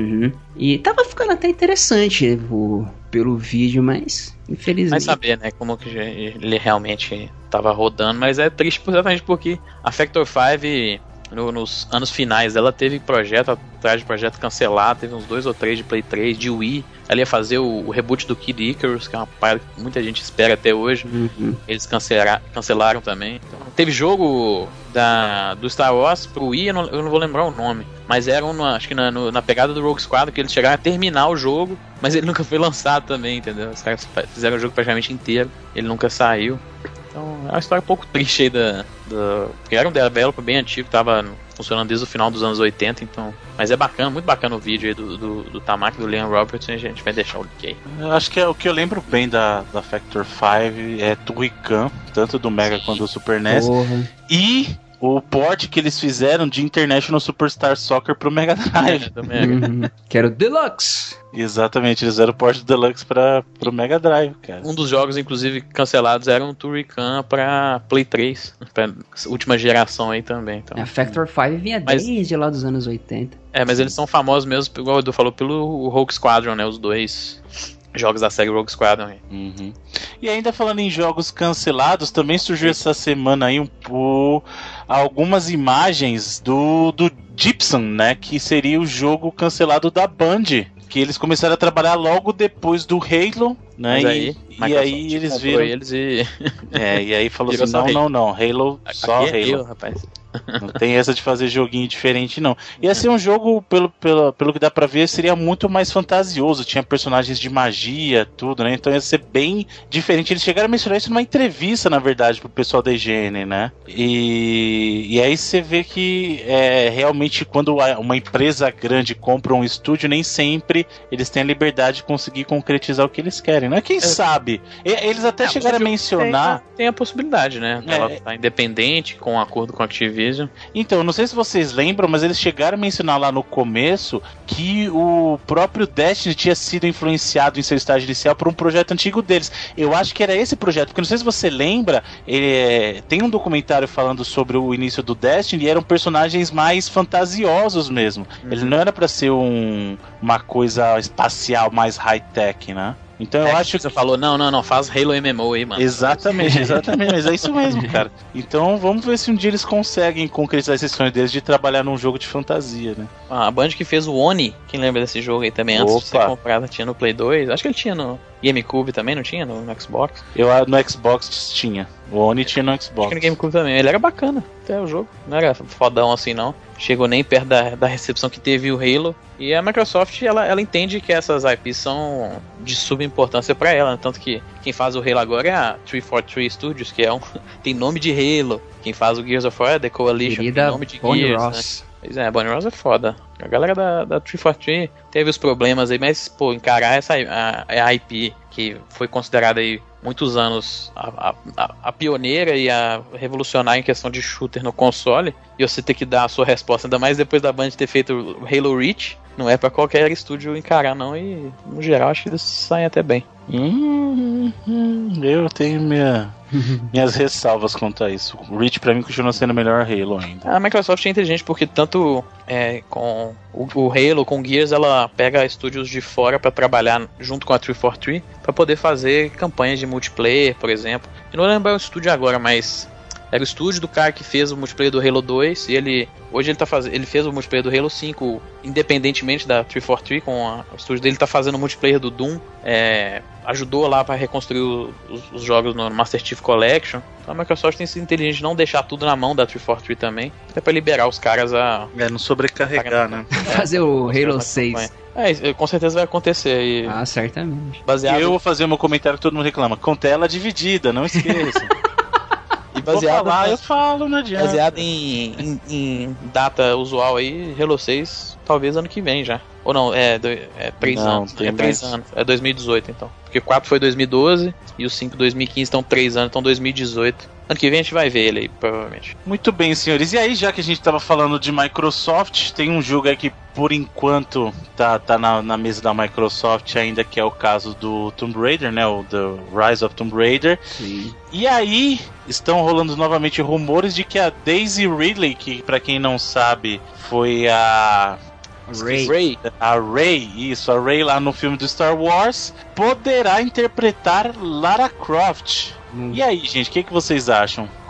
E tava ficando até interessante pelo vídeo, mas infelizmente... Vai saber, né, como que ele realmente tava rodando, mas é triste exatamente porque a Factor 5 nos anos finais dela teve projeto atrás de projeto cancelado, teve uns 2 ou 3 de Play 3, de Wii. Ela ia fazer o reboot do Kid Icarus, que é uma parada que muita gente espera até hoje. Eles cancelaram também. Então, teve jogo do Star Wars pro Wii, eu não vou lembrar o nome, mas era acho que na pegada do Rogue Squadron, que eles chegaram a terminar o jogo, mas ele nunca foi lançado também, entendeu? Os caras fizeram o jogo praticamente inteiro, ele nunca saiu. Então é uma história um pouco triste aí porque era um developer bem antigo, tava funcionando desde o final dos anos 80, então. Mas é bacana, muito bacana o vídeo aí do Tamaki, do Liam Robertson, e a gente vai deixar o link aí. Eu acho que o que eu lembro bem da Factor 5 é Turrican, tanto do Mega quanto do Super NES. Porra. E o port que eles fizeram de International Superstar Soccer pro Mega Drive. Do Mega. Que era o Deluxe. Exatamente, eles fizeram o port do Deluxe pro Mega Drive, cara. Um dos jogos, inclusive, cancelados era um Turrican pra Play 3, pra última geração aí também. Então. A Factor 5 vinha desde lá dos anos 80. Mas eles são famosos mesmo, igual o Edu falou, pelo Rogue Squadron, né? Os 2 jogos da série Rogue Squadron aí. E ainda falando em jogos cancelados, também surgiu essa semana aí algumas imagens do Gypsum, né? Que seria o jogo cancelado da Band. Que eles começaram a trabalhar logo depois do Halo, né? E aí eles viram. E aí falou assim: não, Halo, só Halo. Rapaz. Não tem essa de fazer joguinho diferente, não. Ia ser um jogo, pelo que dá pra ver, seria muito mais fantasioso. Tinha personagens de magia, tudo, né? Então ia ser bem diferente. Eles chegaram a mencionar isso numa entrevista, na verdade, pro pessoal da IGN, né? E aí você vê que realmente quando uma empresa grande compra um estúdio, nem sempre eles têm a liberdade de conseguir concretizar o que eles querem, né? Quem sabe? Eles até chegaram a mencionar... Tem a possibilidade, né? Ela tá independente, com acordo com a Activision. Então, não sei se vocês lembram, mas eles chegaram a mencionar lá no começo que o próprio Destiny tinha sido influenciado em seu estágio inicial por um projeto antigo deles. Eu acho que era esse projeto, porque não sei se você lembra, tem um documentário falando sobre o início do Destiny e eram personagens mais fantasiosos mesmo. Ele não era pra ser uma coisa espacial mais high-tech, né? Então eu acho que você falou, não, faz Halo MMO aí, mano. Exatamente, mas é isso mesmo, cara. Então vamos ver se um dia eles conseguem concretizar esse sonho deles de trabalhar num jogo de fantasia, né? A Band que fez o Oni, quem lembra desse jogo aí também, antes de ser comprado, tinha no Play 2, acho que ele tinha no GameCube também, não tinha? No Xbox? No Xbox tinha. O Oni tinha no Xbox. Acho que no GameCube também. Ele era bacana, até o jogo. Não era fodão assim, não. Chegou nem perto da recepção que teve o Halo. E a Microsoft, ela entende que essas IPs são de subimportância pra ela. Tanto que quem faz o Halo agora é a 343 Studios, que tem nome de Halo. Quem faz o Gears of War é The Coalition, tem nome de Gears, né? Pois é, Bonnie Ross é foda. A galera da 343 teve os problemas aí, mas, encarar a IP que foi considerada aí muitos anos a pioneira e a revolucionária em questão de shooter no console, e você ter que dar a sua resposta, ainda mais depois da Band ter feito o Halo Reach, não é pra qualquer estúdio encarar não, e no geral acho que eles saem até bem. Eu tenho minhas ressalvas quanto a isso. O Reach pra mim continua sendo o melhor Halo ainda. A Microsoft é inteligente porque tanto com o Halo, com o Gears, ela pega estúdios de fora pra trabalhar junto com a 343 pra poder fazer campanhas de multiplayer, por exemplo. Eu não vou lembrar o estúdio agora, mas era o estúdio do cara que fez o multiplayer do Halo 2 e hoje ele fez o multiplayer do Halo 5 independentemente da 343, o estúdio dele tá fazendo o multiplayer do Doom, ajudou lá para reconstruir os jogos no Master Chief Collection. Então a Microsoft tem sido inteligente de não deixar tudo na mão da 343 também, até para liberar os caras a... não sobrecarregar, né? Fazer o Halo 6. Com certeza vai acontecer. Certamente. Eu vou fazer o meu comentário que todo mundo reclama. Com tela dividida, não esqueça. E baseado eu falo, não adianta. Baseado em data usual aí, Halo 6 talvez ano que vem já. Ou não, 3 anos. É 3 anos. É 2018 então. Porque o 4 foi 2012 e o 5 2015, então 3 anos, então 2018. Ano que vem a gente vai ver ele aí, provavelmente. Muito bem, senhores. E aí, já que a gente tava falando de Microsoft, tem um jogo aí que por enquanto tá na mesa da Microsoft ainda, que é o caso do Tomb Raider, né? O The Rise of Tomb Raider. Sim. E aí, estão rolando novamente rumores de que a Daisy Ridley, que pra quem não sabe, foi a Rey lá no filme do Star Wars, poderá interpretar Lara Croft. E aí, gente, o que vocês acham?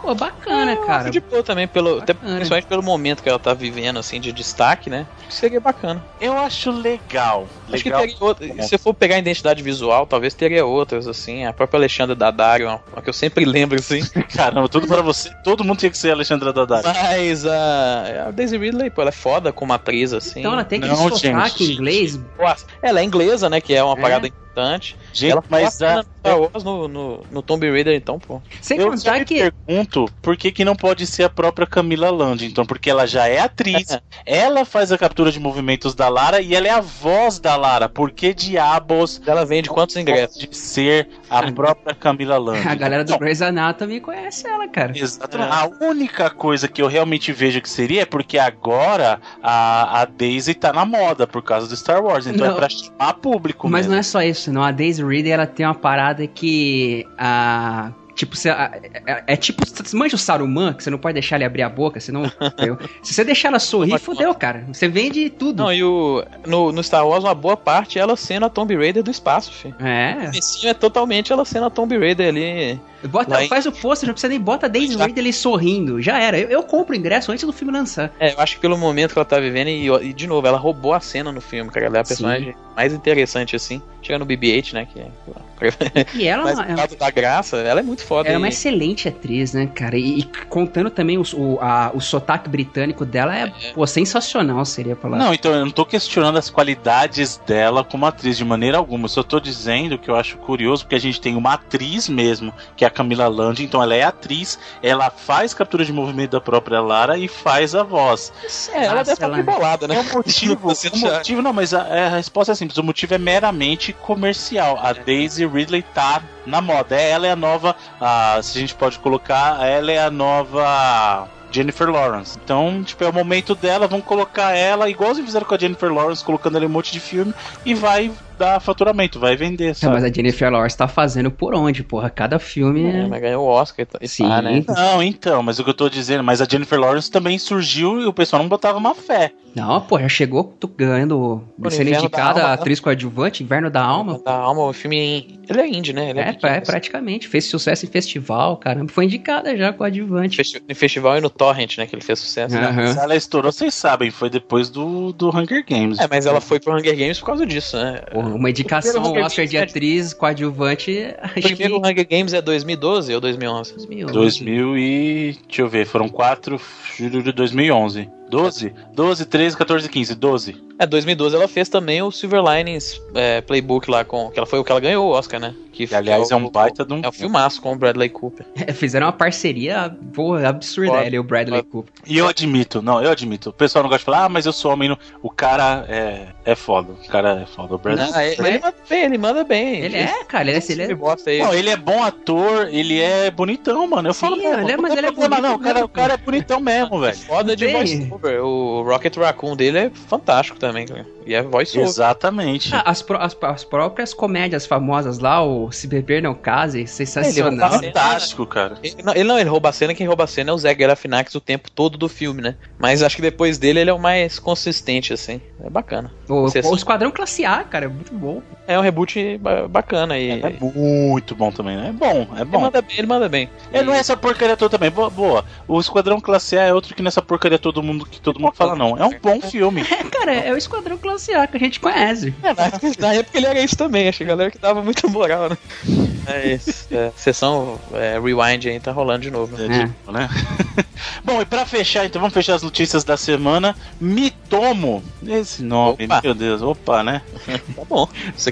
Pô, bacana, cara. De boa também, até principalmente pelo momento que ela tá vivendo, assim, de destaque, né? Seria bacana. Eu acho legal. Acho que teria se você for pegar a identidade visual, talvez teria outras, assim. A própria Alexandra Daddario, uma que eu sempre lembro, assim. Caramba, tudo pra você. Todo mundo tinha que ser a Alexandra Daddario. Mas a Daisy Ridley, pô, ela é foda como atriz, assim. Então ela tem aquele sotaque em inglês. Ela é inglesa, né? Que é uma parada importante. Gente, ela mas Star Wars no Tomb Raider, então, pô. Sem eu contar me que... pergunto por que não pode ser a própria Camila Land, então, porque ela já é atriz, ela faz a captura de movimentos da Lara e ela é a voz da Lara. Por que diabos ela vende quantos ingressos? De ser a própria Camila Land? A galera do Grey's Anatomy conhece ela, cara. Exatamente. A única coisa que eu realmente vejo que seria é porque agora a Daisy tá na moda por causa do Star Wars, então é pra chamar público. Mas mesmo. não é só isso, não. A Daisy Ridley, ela tem uma parada que tipo, tipo, você manja o Saruman, que você não pode deixar ele abrir a boca, senão... Se você deixar ela sorrir, fodeu, cara. Você vende tudo. Não, e no Star Wars, uma boa parte é ela sendo a Tomb Raider do espaço, filho. É. O é totalmente ela sendo a Tomb Raider ali. Faz o pôster, não precisa nem bota a Daisy Ridley ali sorrindo. Já era. Eu compro o ingresso antes do filme lançar. Eu acho que pelo momento que ela tá vivendo, e de novo, ela roubou a cena no filme, cara. Ela é a personagem mais interessante, assim. Chega no BB-8, né? E ela... Mas da graça, ela é muito foda. Ela é uma excelente atriz, né, cara? E contando também o sotaque britânico dela pô, sensacional, seria pra lá. Não, então eu não tô questionando as qualidades dela como atriz de maneira alguma. Eu só tô dizendo que eu acho curioso, porque a gente tem uma atriz mesmo, que é a Camila Land, então ela é atriz, ela faz captura de movimento da própria Lara e faz a voz. Ela deve estar bolada, né? O motivo, não, mas a resposta é simples, o motivo é meramente comercial. A Daisy Ridley tá na moda, ela é a nova, se a gente pode colocar, ela é a nova Jennifer Lawrence. Então, tipo, é o momento dela, vão colocar ela, igualzinho fizeram com a Jennifer Lawrence, colocando ali um monte de filme, e vai dar faturamento, vai vender, sabe? Mas a Jennifer Lawrence tá fazendo por onde, porra? Cada filme... Mas ganhou o Oscar e sim, né? Não, então, mas o que eu tô dizendo, mas a Jennifer Lawrence também surgiu e o pessoal não botava uma fé. Não, pô, já chegou ganhando, sendo indicada a atriz coadjuvante, Inverno da Alma. Da Alma, o filme... Ele é indie, né? Ele é praticamente. Fez sucesso em festival, caramba. Foi indicada já coadjuvante. Em festival e no Torrent, né? Que ele fez sucesso. Mas ela estourou, vocês sabem, foi depois do Hunger Games. Mas ela foi pro Hunger Games por causa disso, né? Porra, uma indicação ao Oscar de atriz coadjuvante. O primeiro Hunger Games é 2012 ou 2011? 2000 e... Deixa eu ver, foram 4... 2011. 12, 13, 14, 15, 12. 2012 ela fez também o Silver Linings Playbook lá, que ela foi o que ela ganhou o Oscar, né? Que aliás é um baita de um... É um filmaço com o Bradley Cooper. Fizeram uma parceria, porra, absurda, ele e o Bradley Cooper. E eu admito, o pessoal não gosta de falar, mas eu sou homem, o cara é foda, o cara é foda, o Bradley ele manda bem. Ele é, cara, ele é... Não, ele é bom ator, ele é bonitão, mano, eu falo mesmo. Mas ele é bonito. Não, o cara é bonitão mesmo, velho. Foda de voice-over. O Rocket Raccoon dele é fantástico também, cara. E é voice-over. Exatamente. As próprias comédias famosas lá, o Se Beber Não Case, sensacional. Ele é fantástico, cara. Ele rouba a cena, quem rouba a cena é o Zé Galifianakis o tempo todo do filme, né? Mas acho que depois dele ele é o mais consistente, assim. É bacana. O Esquadrão Classe A, cara, é muito bom. É um reboot bacana. É muito bom também, né? É bom. Ele manda bem. Ele não é essa porcaria toda também. Boa. O Esquadrão Classe A é outro que nessa porcaria todo mundo fala, não. É um bom filme. Cara, é o Esquadrão Classe A que a gente conhece. Na época ele era isso também. Acho que a galera que dava muita moral, né? Sessão Rewind aí tá rolando de novo. Tipo, né? Bom, e pra fechar, então vamos fechar as notícias da semana. Mitomo, esse nome, meu Deus, né? Tá bom.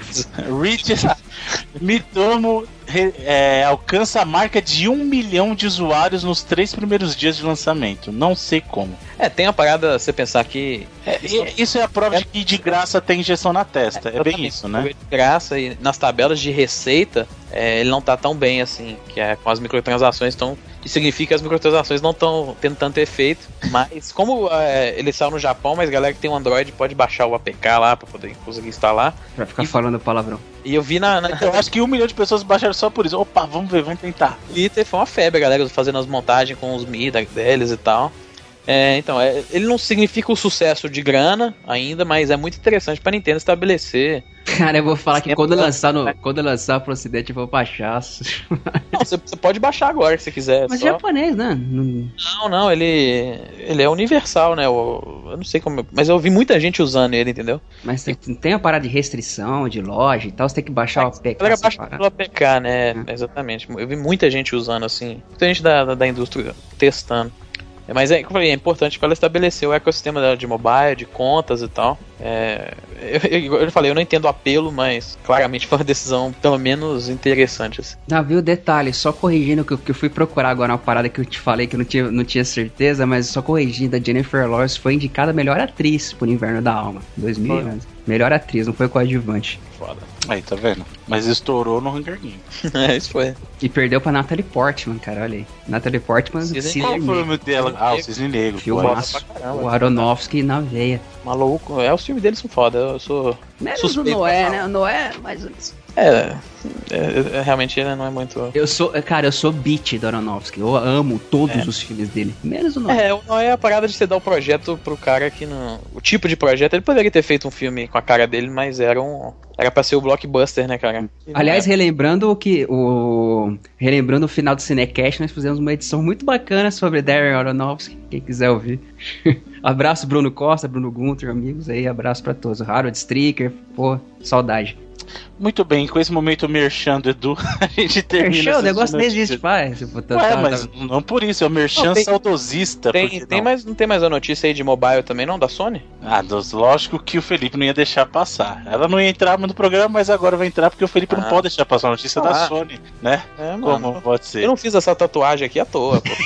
Mitomo alcança a marca de 1 milhão de usuários nos 3 primeiros dias de lançamento. Não sei como. Tem uma parada, você pensar que... Isso é a prova de que de graça tem injeção na testa. É bem isso, né? De graça, e nas tabelas de receita, ele não tá tão bem assim, com as microtransações tão... Isso significa que as microtransações não estão tendo tanto efeito. Mas como ele saiu no Japão, mas galera que tem um Android pode baixar o APK lá pra poder conseguir instalar. Pra ficar falando palavrão. E eu vi Eu acho que 1 milhão de pessoas baixaram só por isso. Opa, vamos ver, vamos tentar. Twitter foi uma febre, a galera fazendo as montagens com os Mi deles e tal. Então, ele não significa o sucesso de grana ainda, mas é muito interessante pra Nintendo estabelecer. Cara, eu vou falar que quando lançar pro ocidente eu vou baixar. você pode baixar agora se você quiser. Mas japonês, né? Não, ele é universal, né? Eu não sei como, mas eu vi muita gente usando ele, entendeu? Mas tem a parada de restrição, de loja e tal, você tem que baixar o APK. Ela baixa pelo APK, né? Exatamente. Eu vi muita gente usando assim, muita gente da indústria testando. Mas como eu falei, é importante para ela estabelecer o ecossistema dela de mobile, de contas e tal. Eu falei, eu não entendo o apelo, mas claramente foi uma decisão pelo menos interessante. Assim. Viu, detalhe, só corrigindo que eu fui procurar agora uma parada que eu te falei que eu não tinha certeza, mas só corrigindo, a Jennifer Lawrence foi indicada melhor atriz por Inverno da Alma, 2011. Melhor atriz, não foi coadjuvante. Foda. Aí, tá vendo? Mas estourou no Hunger Games. Isso foi. E perdeu pra Natalie Portman, cara, olha aí. Natalie Portman, Qual foi o filme dela? O Cisne Negro. Filmaço. O Aronofsky na veia. Maluco, os filmes deles são foda, eu sou menos o Noé, né? O Noé, mas... realmente ele não é muito... Eu sou beat do Aronofsky, eu amo todos os filmes dele, menos o Noé. O Noé é a parada de você dar o projeto pro cara que não... O tipo de projeto, ele poderia ter feito um filme com a cara dele, mas era pra ser o blockbuster, né, cara? Aliás, relembrando o final do Cinecast, nós fizemos uma edição muito bacana sobre Darren Aronofsky, quem quiser ouvir. Abraço Bruno Costa, Bruno Gunter, amigos aí, abraço pra todos. Harold Stricker, pô, saudade. Muito bem, com esse momento merchan do Edu, a gente termina. Merchan, o negócio nem existe, pai. Mas não por isso, é o merchan saudosista. Não tem mais a notícia aí de mobile também, não? Da Sony? Lógico que o Felipe não ia deixar passar. Ela não ia entrar no programa, mas agora vai entrar porque o Felipe não pode deixar passar a notícia da Sony, né? Como pode ser? Eu não fiz essa tatuagem aqui à toa, pô.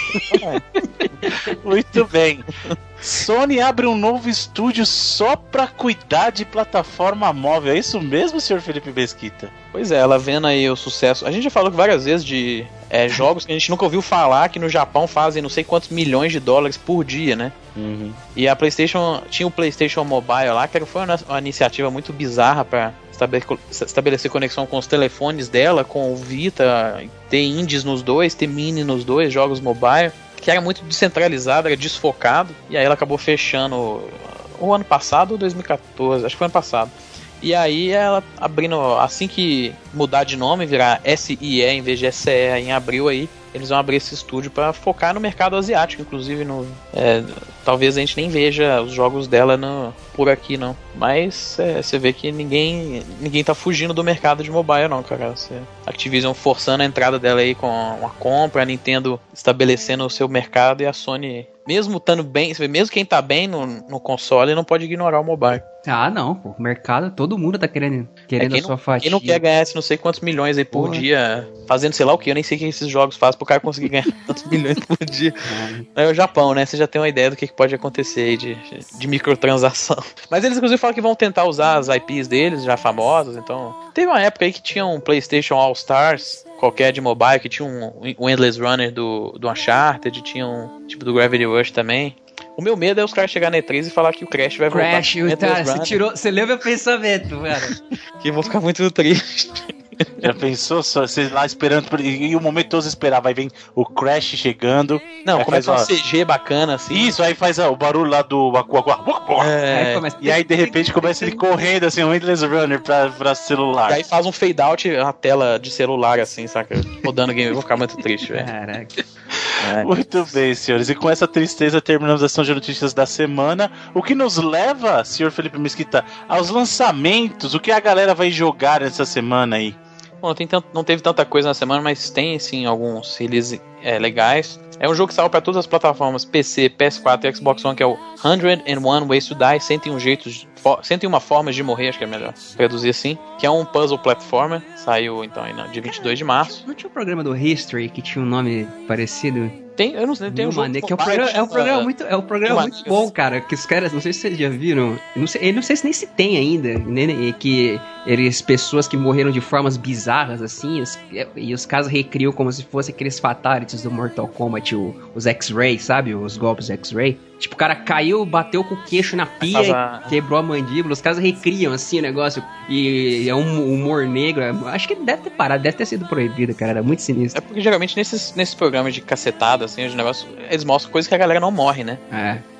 Muito bem. Sony abre um novo estúdio só pra cuidar de plataforma móvel. É isso mesmo, senhor Felipe Mesquita? Pois é, ela vendo aí o sucesso. A gente já falou várias vezes de jogos que a gente nunca ouviu falar, que no Japão fazem não sei quantos milhões de dólares por dia, né? Uhum. E a PlayStation tinha o PlayStation Mobile lá, que foi uma iniciativa muito bizarra pra estabelecer conexão com os telefones dela, com o Vita, ter indies nos dois, ter mini nos dois, jogos mobile, que era muito descentralizado, era desfocado, e aí ela acabou fechando o ano passado ou 2014, acho que foi ano passado. E aí ela abrindo, assim que mudar de nome, virar SIE em vez de SE em abril aí, eles vão abrir esse estúdio para focar no mercado asiático, inclusive talvez a gente nem veja os jogos dela por aqui não, mas você vê que ninguém tá fugindo do mercado de mobile não, cara. Activision forçando a entrada dela aí com uma compra, a Nintendo estabelecendo o seu mercado e a Sony, mesmo estando bem, você vê, mesmo quem tá bem no console não pode ignorar o mobile. Não, pô, o mercado, todo mundo tá querendo a sua fatia. Quem não quer ganhar não sei quantos milhões aí por dia, fazendo sei lá o que, eu nem sei o que esses jogos fazem pro cara conseguir ganhar tantos milhões por dia. É o Japão, né? Você já tem uma ideia do que pode acontecer aí de microtransação. Mas eles inclusive falam que vão tentar usar as IPs deles, já famosas, então... Teve uma época aí que tinha um PlayStation All Stars, qualquer de mobile, que tinha um Endless Runner do Uncharted, tinha um tipo do Gravity Rush também. O meu medo é os caras chegarem na E3 e falar que o Crash vai voltar. Você leu meu pensamento, cara. Que eu vou ficar muito triste. Já pensou? Você lá esperando, e o momento todos esperar, vai vir o Crash chegando. Não, começa um CG bacana assim. Isso, aí faz o barulho lá do e aí de repente começa ele correndo assim, um Endless Runner pra celular. E aí faz um fade out na tela de celular assim, saca? Rodando game, eu vou ficar muito triste, velho. Caraca. Muito bem, senhores. E com essa tristeza terminamos a sessão de notícias da semana. O que nos leva, senhor Felipe Mesquita, aos lançamentos. O que a galera vai jogar nessa semana aí? Bom, não teve tanta coisa na semana, mas tem sim alguns releases legais. É um jogo que saiu para todas as plataformas, PC, PS4 e Xbox One, que é o 101 Ways to Die, 101 formas de morrer, acho que é melhor traduzir assim, que é um puzzle platformer, saiu então aí no dia 22 de março. Não tinha um programa do History que tinha um nome parecido? Eu não sei, tem um jogo que é um programa muito bom, cara, que os caras, não sei se vocês já viram, não sei se nem se tem ainda, né, que pessoas que morreram de formas bizarras, assim, e os caras recriam como se fossem aqueles fatalities do Mortal Kombat, os X-Ray, sabe, os golpes X-Ray. Tipo, o cara caiu, bateu com o queixo na pia e quebrou a mandíbula. Os caras recriam assim o negócio. E é um humor negro. Acho que deve ter parado, deve ter sido proibido, cara. Era muito sinistro. É porque geralmente nesses programas de cacetada, assim, os negócios, eles mostram coisas que a galera não morre, né?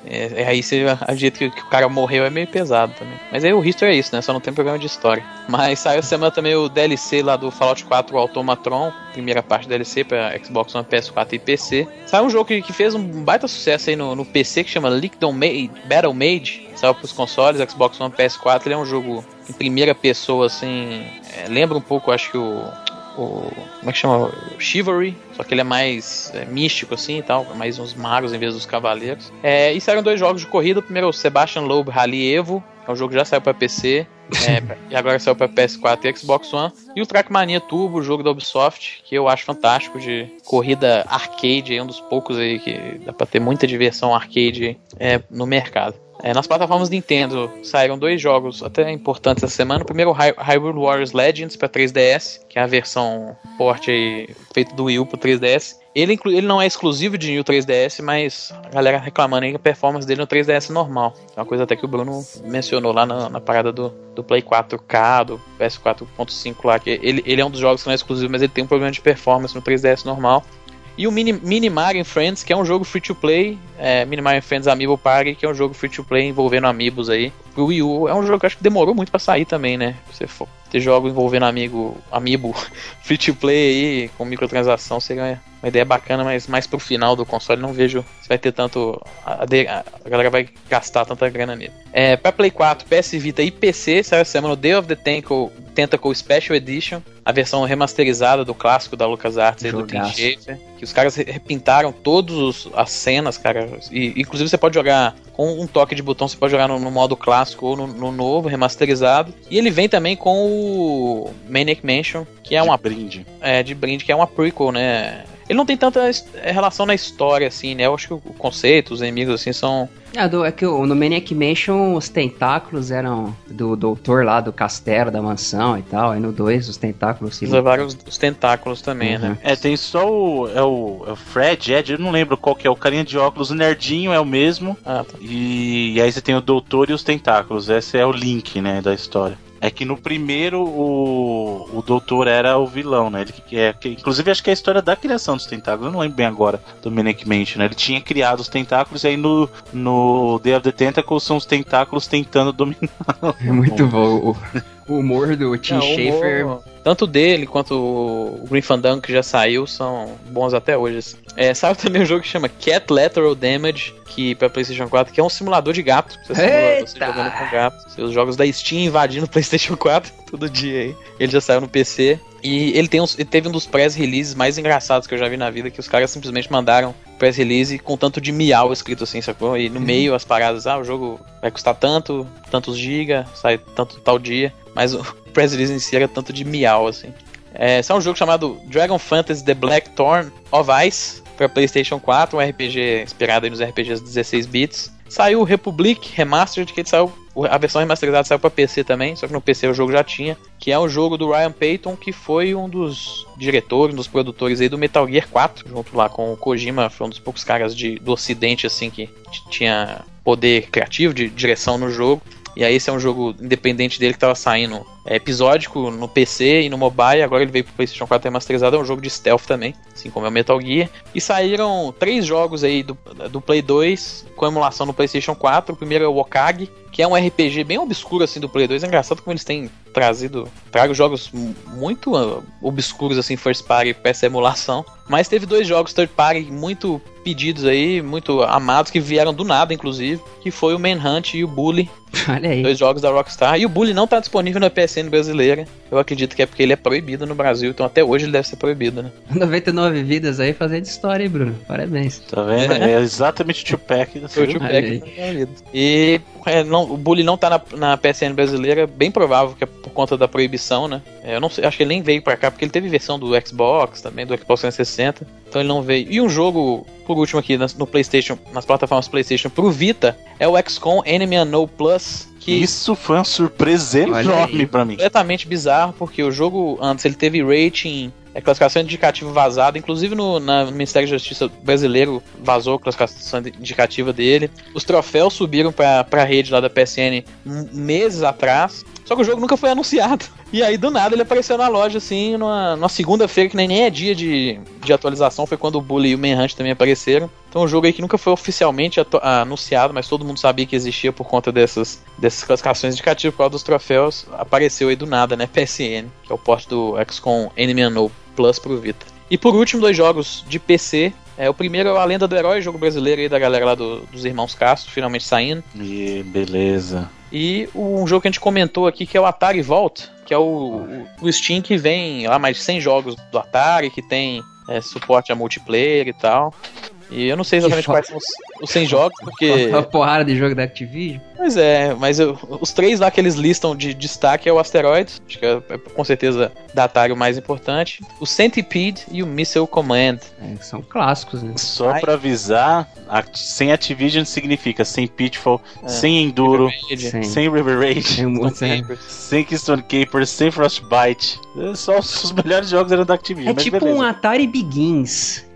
Aí a jeito que o cara morreu é meio pesado também. Mas aí o History é isso, né? Só não tem programa de história. Mas saiu essa semana também o DLC lá do Fallout 4, o Automatron, primeira parte do DLC pra Xbox One, PS4 e PC. Saiu um jogo que fez um baita sucesso aí no PC, que chama Liquidon Battle Mage. Saiu pros consoles, Xbox One, PS4. Ele é um jogo em primeira pessoa, assim... lembra um pouco, acho que como é que chama? O Chivalry, só que ele é mais místico assim e tal, mais uns magos em vez dos cavaleiros. E saíram 2 jogos de corrida. O primeiro é o Sebastian Loeb Rally Evo, é um jogo que já saiu pra PC, e agora saiu pra PS4 e Xbox One. E o Trackmania Turbo, o jogo da Ubisoft, que eu acho fantástico, de corrida arcade, é um dos poucos aí que dá pra ter muita diversão arcade no mercado. Nas plataformas Nintendo saíram 2 jogos até importantes essa semana. O primeiro, Hyrule Warriors Legends para 3DS, que é a versão port aí, feita do Wii U pro 3DS. Ele não é exclusivo de New 3DS, mas a galera reclamando aí que a performance dele no 3DS normal. É uma coisa até que o Bruno mencionou lá na parada do Play 4K, do PS 4.5 lá, que ele é um dos jogos que não é exclusivo, mas ele tem um problema de performance no 3DS normal. E o Mini Mario Friends, que é um jogo free-to-play, Mini Mario Friends Amiibo Party, que é um jogo free-to-play envolvendo amigos aí. O Wii U é um jogo que eu acho que demorou muito pra sair também, né? Se você for ter jogos envolvendo amiibo free-to-play aí, com microtransação, seria uma ideia bacana, mas mais pro final do console não vejo se vai ter tanto... A galera vai gastar tanta grana nele. Pra Play 4, PS Vita e PC, saiu essa semana o Day of the Tentacle Special Edition, a versão remasterizada do clássico da LucasArts e do Tim Schafer, que os caras repintaram todas as cenas, cara, e inclusive você pode jogar com um toque de botão, você pode jogar no modo clássico ou no novo, remasterizado, e ele vem também com o Maniac Mansion, que é uma brinde, que é uma prequel, né? Ele não tem tanta relação na história, assim, né? Eu acho que o conceito, os inimigos, assim, são... É que no Maniac Mansion os tentáculos eram do doutor lá, do castelo, da mansão e tal. Aí no 2 os tentáculos... Eles levaram os tentáculos também, né? Tem só o Fred, Ed, eu não lembro qual que é. O carinha de óculos, o nerdinho é o mesmo. Tá. E aí você tem o doutor e os tentáculos. Esse é o link, né, da história. É que no primeiro o doutor era o vilão, né? Inclusive acho que é a história da criação dos tentáculos. Eu não lembro bem agora do Maniac Mansion, né? Ele tinha criado os tentáculos e aí no Day of the Tentacle são os tentáculos tentando dominar. É muito bom. O humor do Tim Schafer... Tanto dele quanto o Grim Fandango, que já saiu, são bons até hoje. Assim. Saiu também um jogo que chama Cat Lateral Damage, que pra PlayStation 4, que é um simulador de gato. Você jogando com gato. Os jogos da Steam invadindo o PlayStation 4 todo dia aí. Ele já saiu no PC. E ele teve um dos press releases mais engraçados que eu já vi na vida, que os caras simplesmente mandaram press release com tanto de miau escrito assim, sacou? E no meio as paradas, o jogo vai custar tantos giga, sai tanto tal dia. Mas o press release em si era tanto de miau, assim. Esse é um jogo chamado Dragon Fantasy The Blackthorn of Ice, para PlayStation 4, um RPG inspirado aí nos RPGs 16 bits. Saiu o Republic Remastered, que saiu, a versão remasterizada saiu para PC também, só que no PC o jogo já tinha, que é um jogo do Ryan Payton, que foi um dos diretores, um dos produtores aí do Metal Gear 4, junto lá com o Kojima, foi um dos poucos caras do ocidente assim que tinha poder criativo de direção no jogo. E aí esse é um jogo independente dele que estava saindo episódico no PC e no mobile. Agora ele veio pro PlayStation 4 remasterizado. É um jogo de stealth também, assim como é o Metal Gear. E saíram 3 jogos aí do Play 2 com emulação no PlayStation 4. O primeiro é o Okage, que é um RPG bem obscuro assim do Play 2. É engraçado como eles têm trago jogos muito obscuros assim, first party para essa emulação. Mas teve 2 jogos third party muito pedidos aí, muito amados, que vieram do nada inclusive, que foi o Manhunt e o Bully. Olha aí. 2 jogos da Rockstar. E o Bully não tá disponível na PSN brasileira. Eu acredito que é porque ele é proibido no Brasil, então até hoje ele deve ser proibido, né? 99 vidas aí fazendo história, hein, Bruno? Parabéns. Tá vendo? É exatamente o Tupac da vida. E o Bully não tá na PSN brasileira, bem provável que é por conta da proibição, né? Eu não sei, acho que ele nem veio pra cá, porque ele teve versão do Xbox também, do Xbox 360, então ele não veio. E um jogo, por último aqui, no PlayStation, nas plataformas PlayStation pro Vita, é o XCOM Enemy Unknown Plus. Isso foi uma surpresa enorme pra mim. Completamente bizarro, porque o jogo antes ele teve rating, classificação indicativa vazada, inclusive no Ministério da Justiça brasileiro vazou a classificação indicativa dele. Os troféus subiram pra rede lá da PSN meses atrás. Só que o jogo nunca foi anunciado. E aí, do nada, ele apareceu na loja, assim, numa segunda-feira, que nem é dia de atualização, foi quando o Bully e o Manhunt também apareceram. Então, um jogo aí que nunca foi oficialmente anunciado, mas todo mundo sabia que existia por conta dessas classificações indicativas, por causa dos troféus, apareceu aí do nada, né? PSN, que é o porte do XCOM Enemy Unknown Plus pro Vita. E por último, 2 jogos de PC. O primeiro é A Lenda do Herói, jogo brasileiro aí da galera lá dos Irmãos Castro, finalmente saindo. E beleza. E um jogo que a gente comentou aqui, que é o Atari Vault, que é o Steam que vem lá mais de 100 jogos do Atari, que tem suporte a multiplayer e tal. E eu não sei exatamente quais são os 100 jogos, porque... Uma porrada de jogo da Activision. Pois é, mas os 3 lá que eles listam de destaque é o Asteroid, acho que é com certeza da Atari o mais importante, o Centipede e o Missile Command. São clássicos, né? Só pra avisar, sem Activision significa sem Pitfall, sem Enduro, sem River Rage, sem Keystone Capers, sem Frostbite. Só os melhores jogos eram da Activision. É tipo beleza. Um Atari Begins.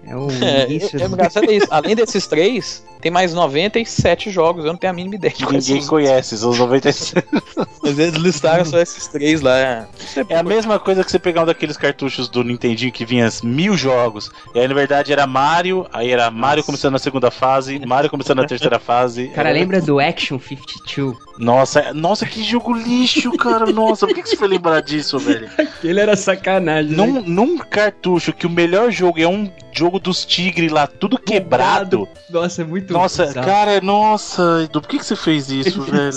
É engraçado isso. Além desses 3, tem mais 97 jogos. Eu não tenho a mínima ideia de quais ninguém conhece, os 97. Mas eles listaram só esses 3 lá. É a mesma coisa que você pegar um daqueles cartuchos do Nintendinho que vinha 1000 jogos. E aí, na verdade, era Mario. Aí era Mario começando na segunda fase, Mario começando na terceira fase. Cara, lembra do Action 52? Nossa, que jogo lixo, cara. Nossa, por que você foi lembrar disso, velho? Aquele era sacanagem. Num cartucho que o melhor jogo é um jogo dos tigres lá, tudo quebrado. Nossa, é muito Nossa, bizarro. Cara, nossa, Edu, por que você fez isso, velho?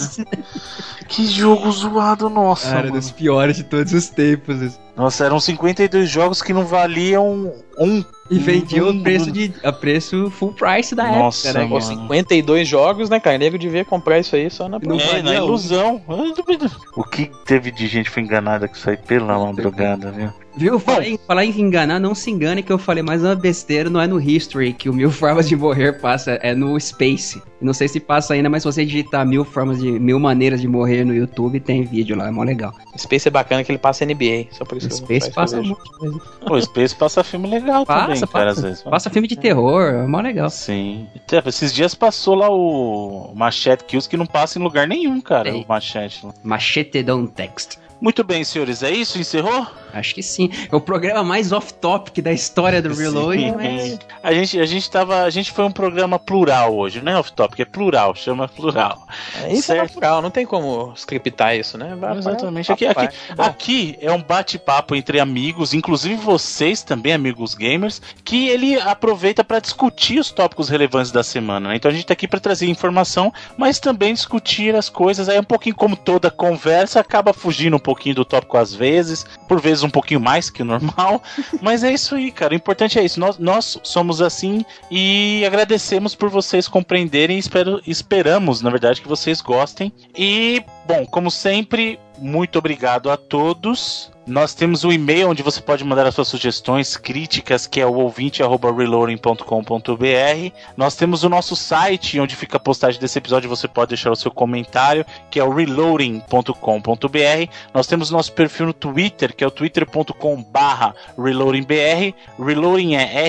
Que jogo zoado, nossa. Cara, dos piores de todos os tempos. Nossa, eram 52 jogos que não valiam um. E vendiam a preço full price da nossa, época, né? Pô, 52 jogos, né, cara? O nego devia comprar isso aí só na na ilusão. O que teve de gente foi enganada com isso aí pela madrugada, viu? Viu? Falar em enganar, não se engane que eu falei mais uma besteira, não é no History que o 1000 Formas de Morrer passa, é no Space. Não sei se passa ainda, mas se você digitar 1000 maneiras de morrer no YouTube, tem vídeo lá, é mó legal. Space é bacana que ele passa NBA, só por isso que Space passa muito. O Space passa filme legal também, cara, às vezes. Passa filme de terror, é mó legal. Sim. Esses dias passou lá o Machete Kills, que não passa em lugar nenhum, cara, o Machete. Machete Don't Text. Muito bem, senhores, é isso? Encerrou? Acho que sim. É o programa mais off-topic da história do Reload. Mas... A gente foi um programa plural hoje, não é off-topic, é plural, chama plural. Isso é plural, não tem como scriptar isso, né? Exatamente. Aqui é um bate-papo entre amigos, inclusive vocês também, amigos gamers, que ele aproveita para discutir os tópicos relevantes da semana, né? Então a gente tá aqui para trazer informação, mas também discutir as coisas. Aí um pouquinho como toda conversa, acaba fugindo um pouquinho do tópico às vezes, por vezes um pouquinho mais que o normal, mas é isso aí, cara. O importante é isso. Nós somos assim e agradecemos por vocês compreenderem e esperamos, na verdade, que vocês gostem. E, bom, como sempre, muito obrigado a todos. Nós temos um e-mail onde você pode mandar as suas sugestões, críticas, que é o ouvinte@reloading.com.br. Nós temos o nosso site, onde fica a postagem desse episódio, você pode deixar o seu comentário, que é o reloading.com.br. Nós temos o nosso perfil no Twitter, que é o twitter.com/reloadingbr. Reloading é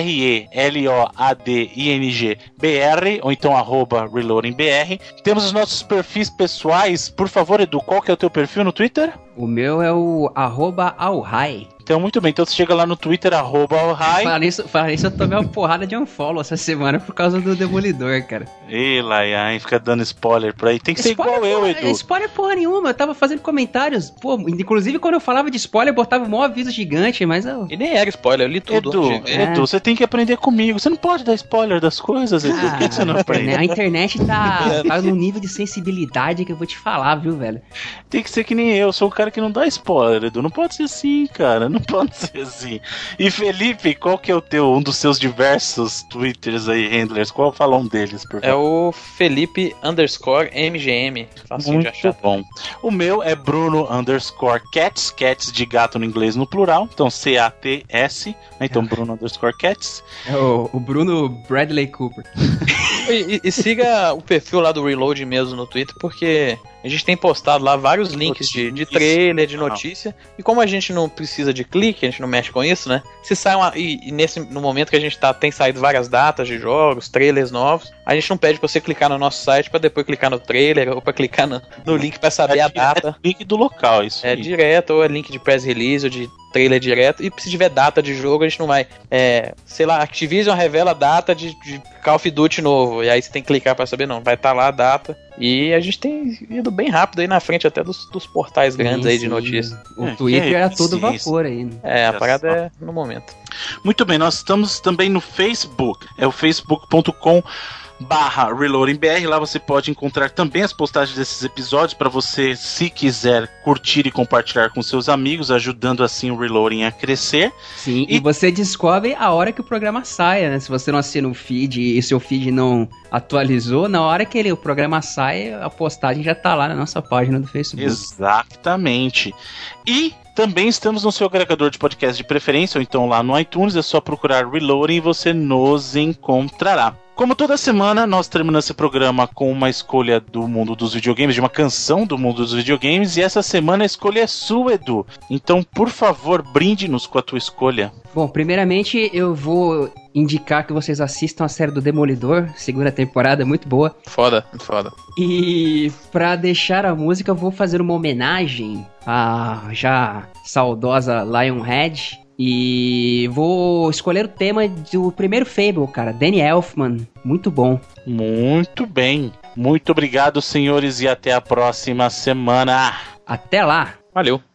RELOADINGBR, ou então @reloadingbr. Temos os nossos perfis pessoais. Por favor, Edu, qual que é o teu perfil no Twitter? O meu é o @alhai. Então, muito bem. Então, você chega lá no Twitter, @alhai. Falar isso, eu tomei uma porrada de unfollow essa semana por causa do Demolidor, cara. Ei, Laian, fica dando spoiler por aí. Tem que ser igual eu, Edu. Spoiler porra nenhuma, eu tava fazendo comentários. Pô, inclusive quando eu falava de spoiler, eu botava um maior aviso gigante, mas eu... E nem era spoiler, eu li tudo. Edu, você tem que aprender comigo. Você não pode dar spoiler das coisas, Edu. Por que você não aprende? A internet tá num nível de sensibilidade que eu vou te falar, viu, velho? Tem que ser que nem eu sou o cara que não dá spoiler, Edu. Não pode ser assim, cara. Não pode ser assim. E Felipe, qual que é um dos seus diversos Twitters aí, handlers? Qual fala um deles, por favor? É o Felipe_MGM. Facinho de achar. Bom. O meu é Bruno_Cats. Cats de gato no inglês no plural. Então, CATS. Então, Bruno_Cats. É o Bruno Bradley Cooper. E siga o perfil lá do Reload mesmo no Twitter, porque A gente tem postado lá vários links de trailer, de notícia. E como a gente não precisa de clique, a gente não mexe com isso, né? Se sai no momento que a gente tem saído várias datas de jogos, trailers novos, a gente não pede pra você clicar no nosso site pra depois clicar no trailer ou pra clicar no link pra saber a data. É link do local, isso. É direto, ou é link de press release ou de trailer direto. E se tiver data de jogo, a gente não vai. Sei lá, Activision revela a data de Call of Duty novo. E aí você tem que clicar pra saber, não. Vai estar lá a data. E a gente tem ido bem rápido aí na frente até dos portais grandes aí de notícias. O Twitter era todo vapor aí. A parada é no momento. Muito bem, nós estamos também no Facebook. É o facebook.com/ReloadingBR. Lá você pode encontrar também as postagens desses episódios para você, se quiser, curtir e compartilhar com seus amigos, ajudando assim o Reloading a crescer. Sim, e você descobre a hora que o programa saia, né? Se você não assina o feed e seu feed não atualizou, na hora que o programa sai, a postagem já tá lá na nossa página do Facebook. Exatamente. E também estamos no seu agregador de podcast de preferência, ou então lá no iTunes, é só procurar Reloading e você nos encontrará. Como toda semana, nós terminamos esse programa com uma escolha do mundo dos videogames, de uma canção do mundo dos videogames, e essa semana a escolha é sua, Edu. Então, por favor, brinde-nos com a tua escolha. Bom, primeiramente eu vou indicar que vocês assistam a série do Demolidor, segunda temporada, muito boa. Foda, muito foda. E pra deixar a música, eu vou fazer uma homenagem à já saudosa Lionhead. E vou escolher o tema do primeiro Fable, cara, Danny Elfman, muito bom. Muito bem, muito obrigado, senhores, e até a próxima semana. Até lá. Valeu.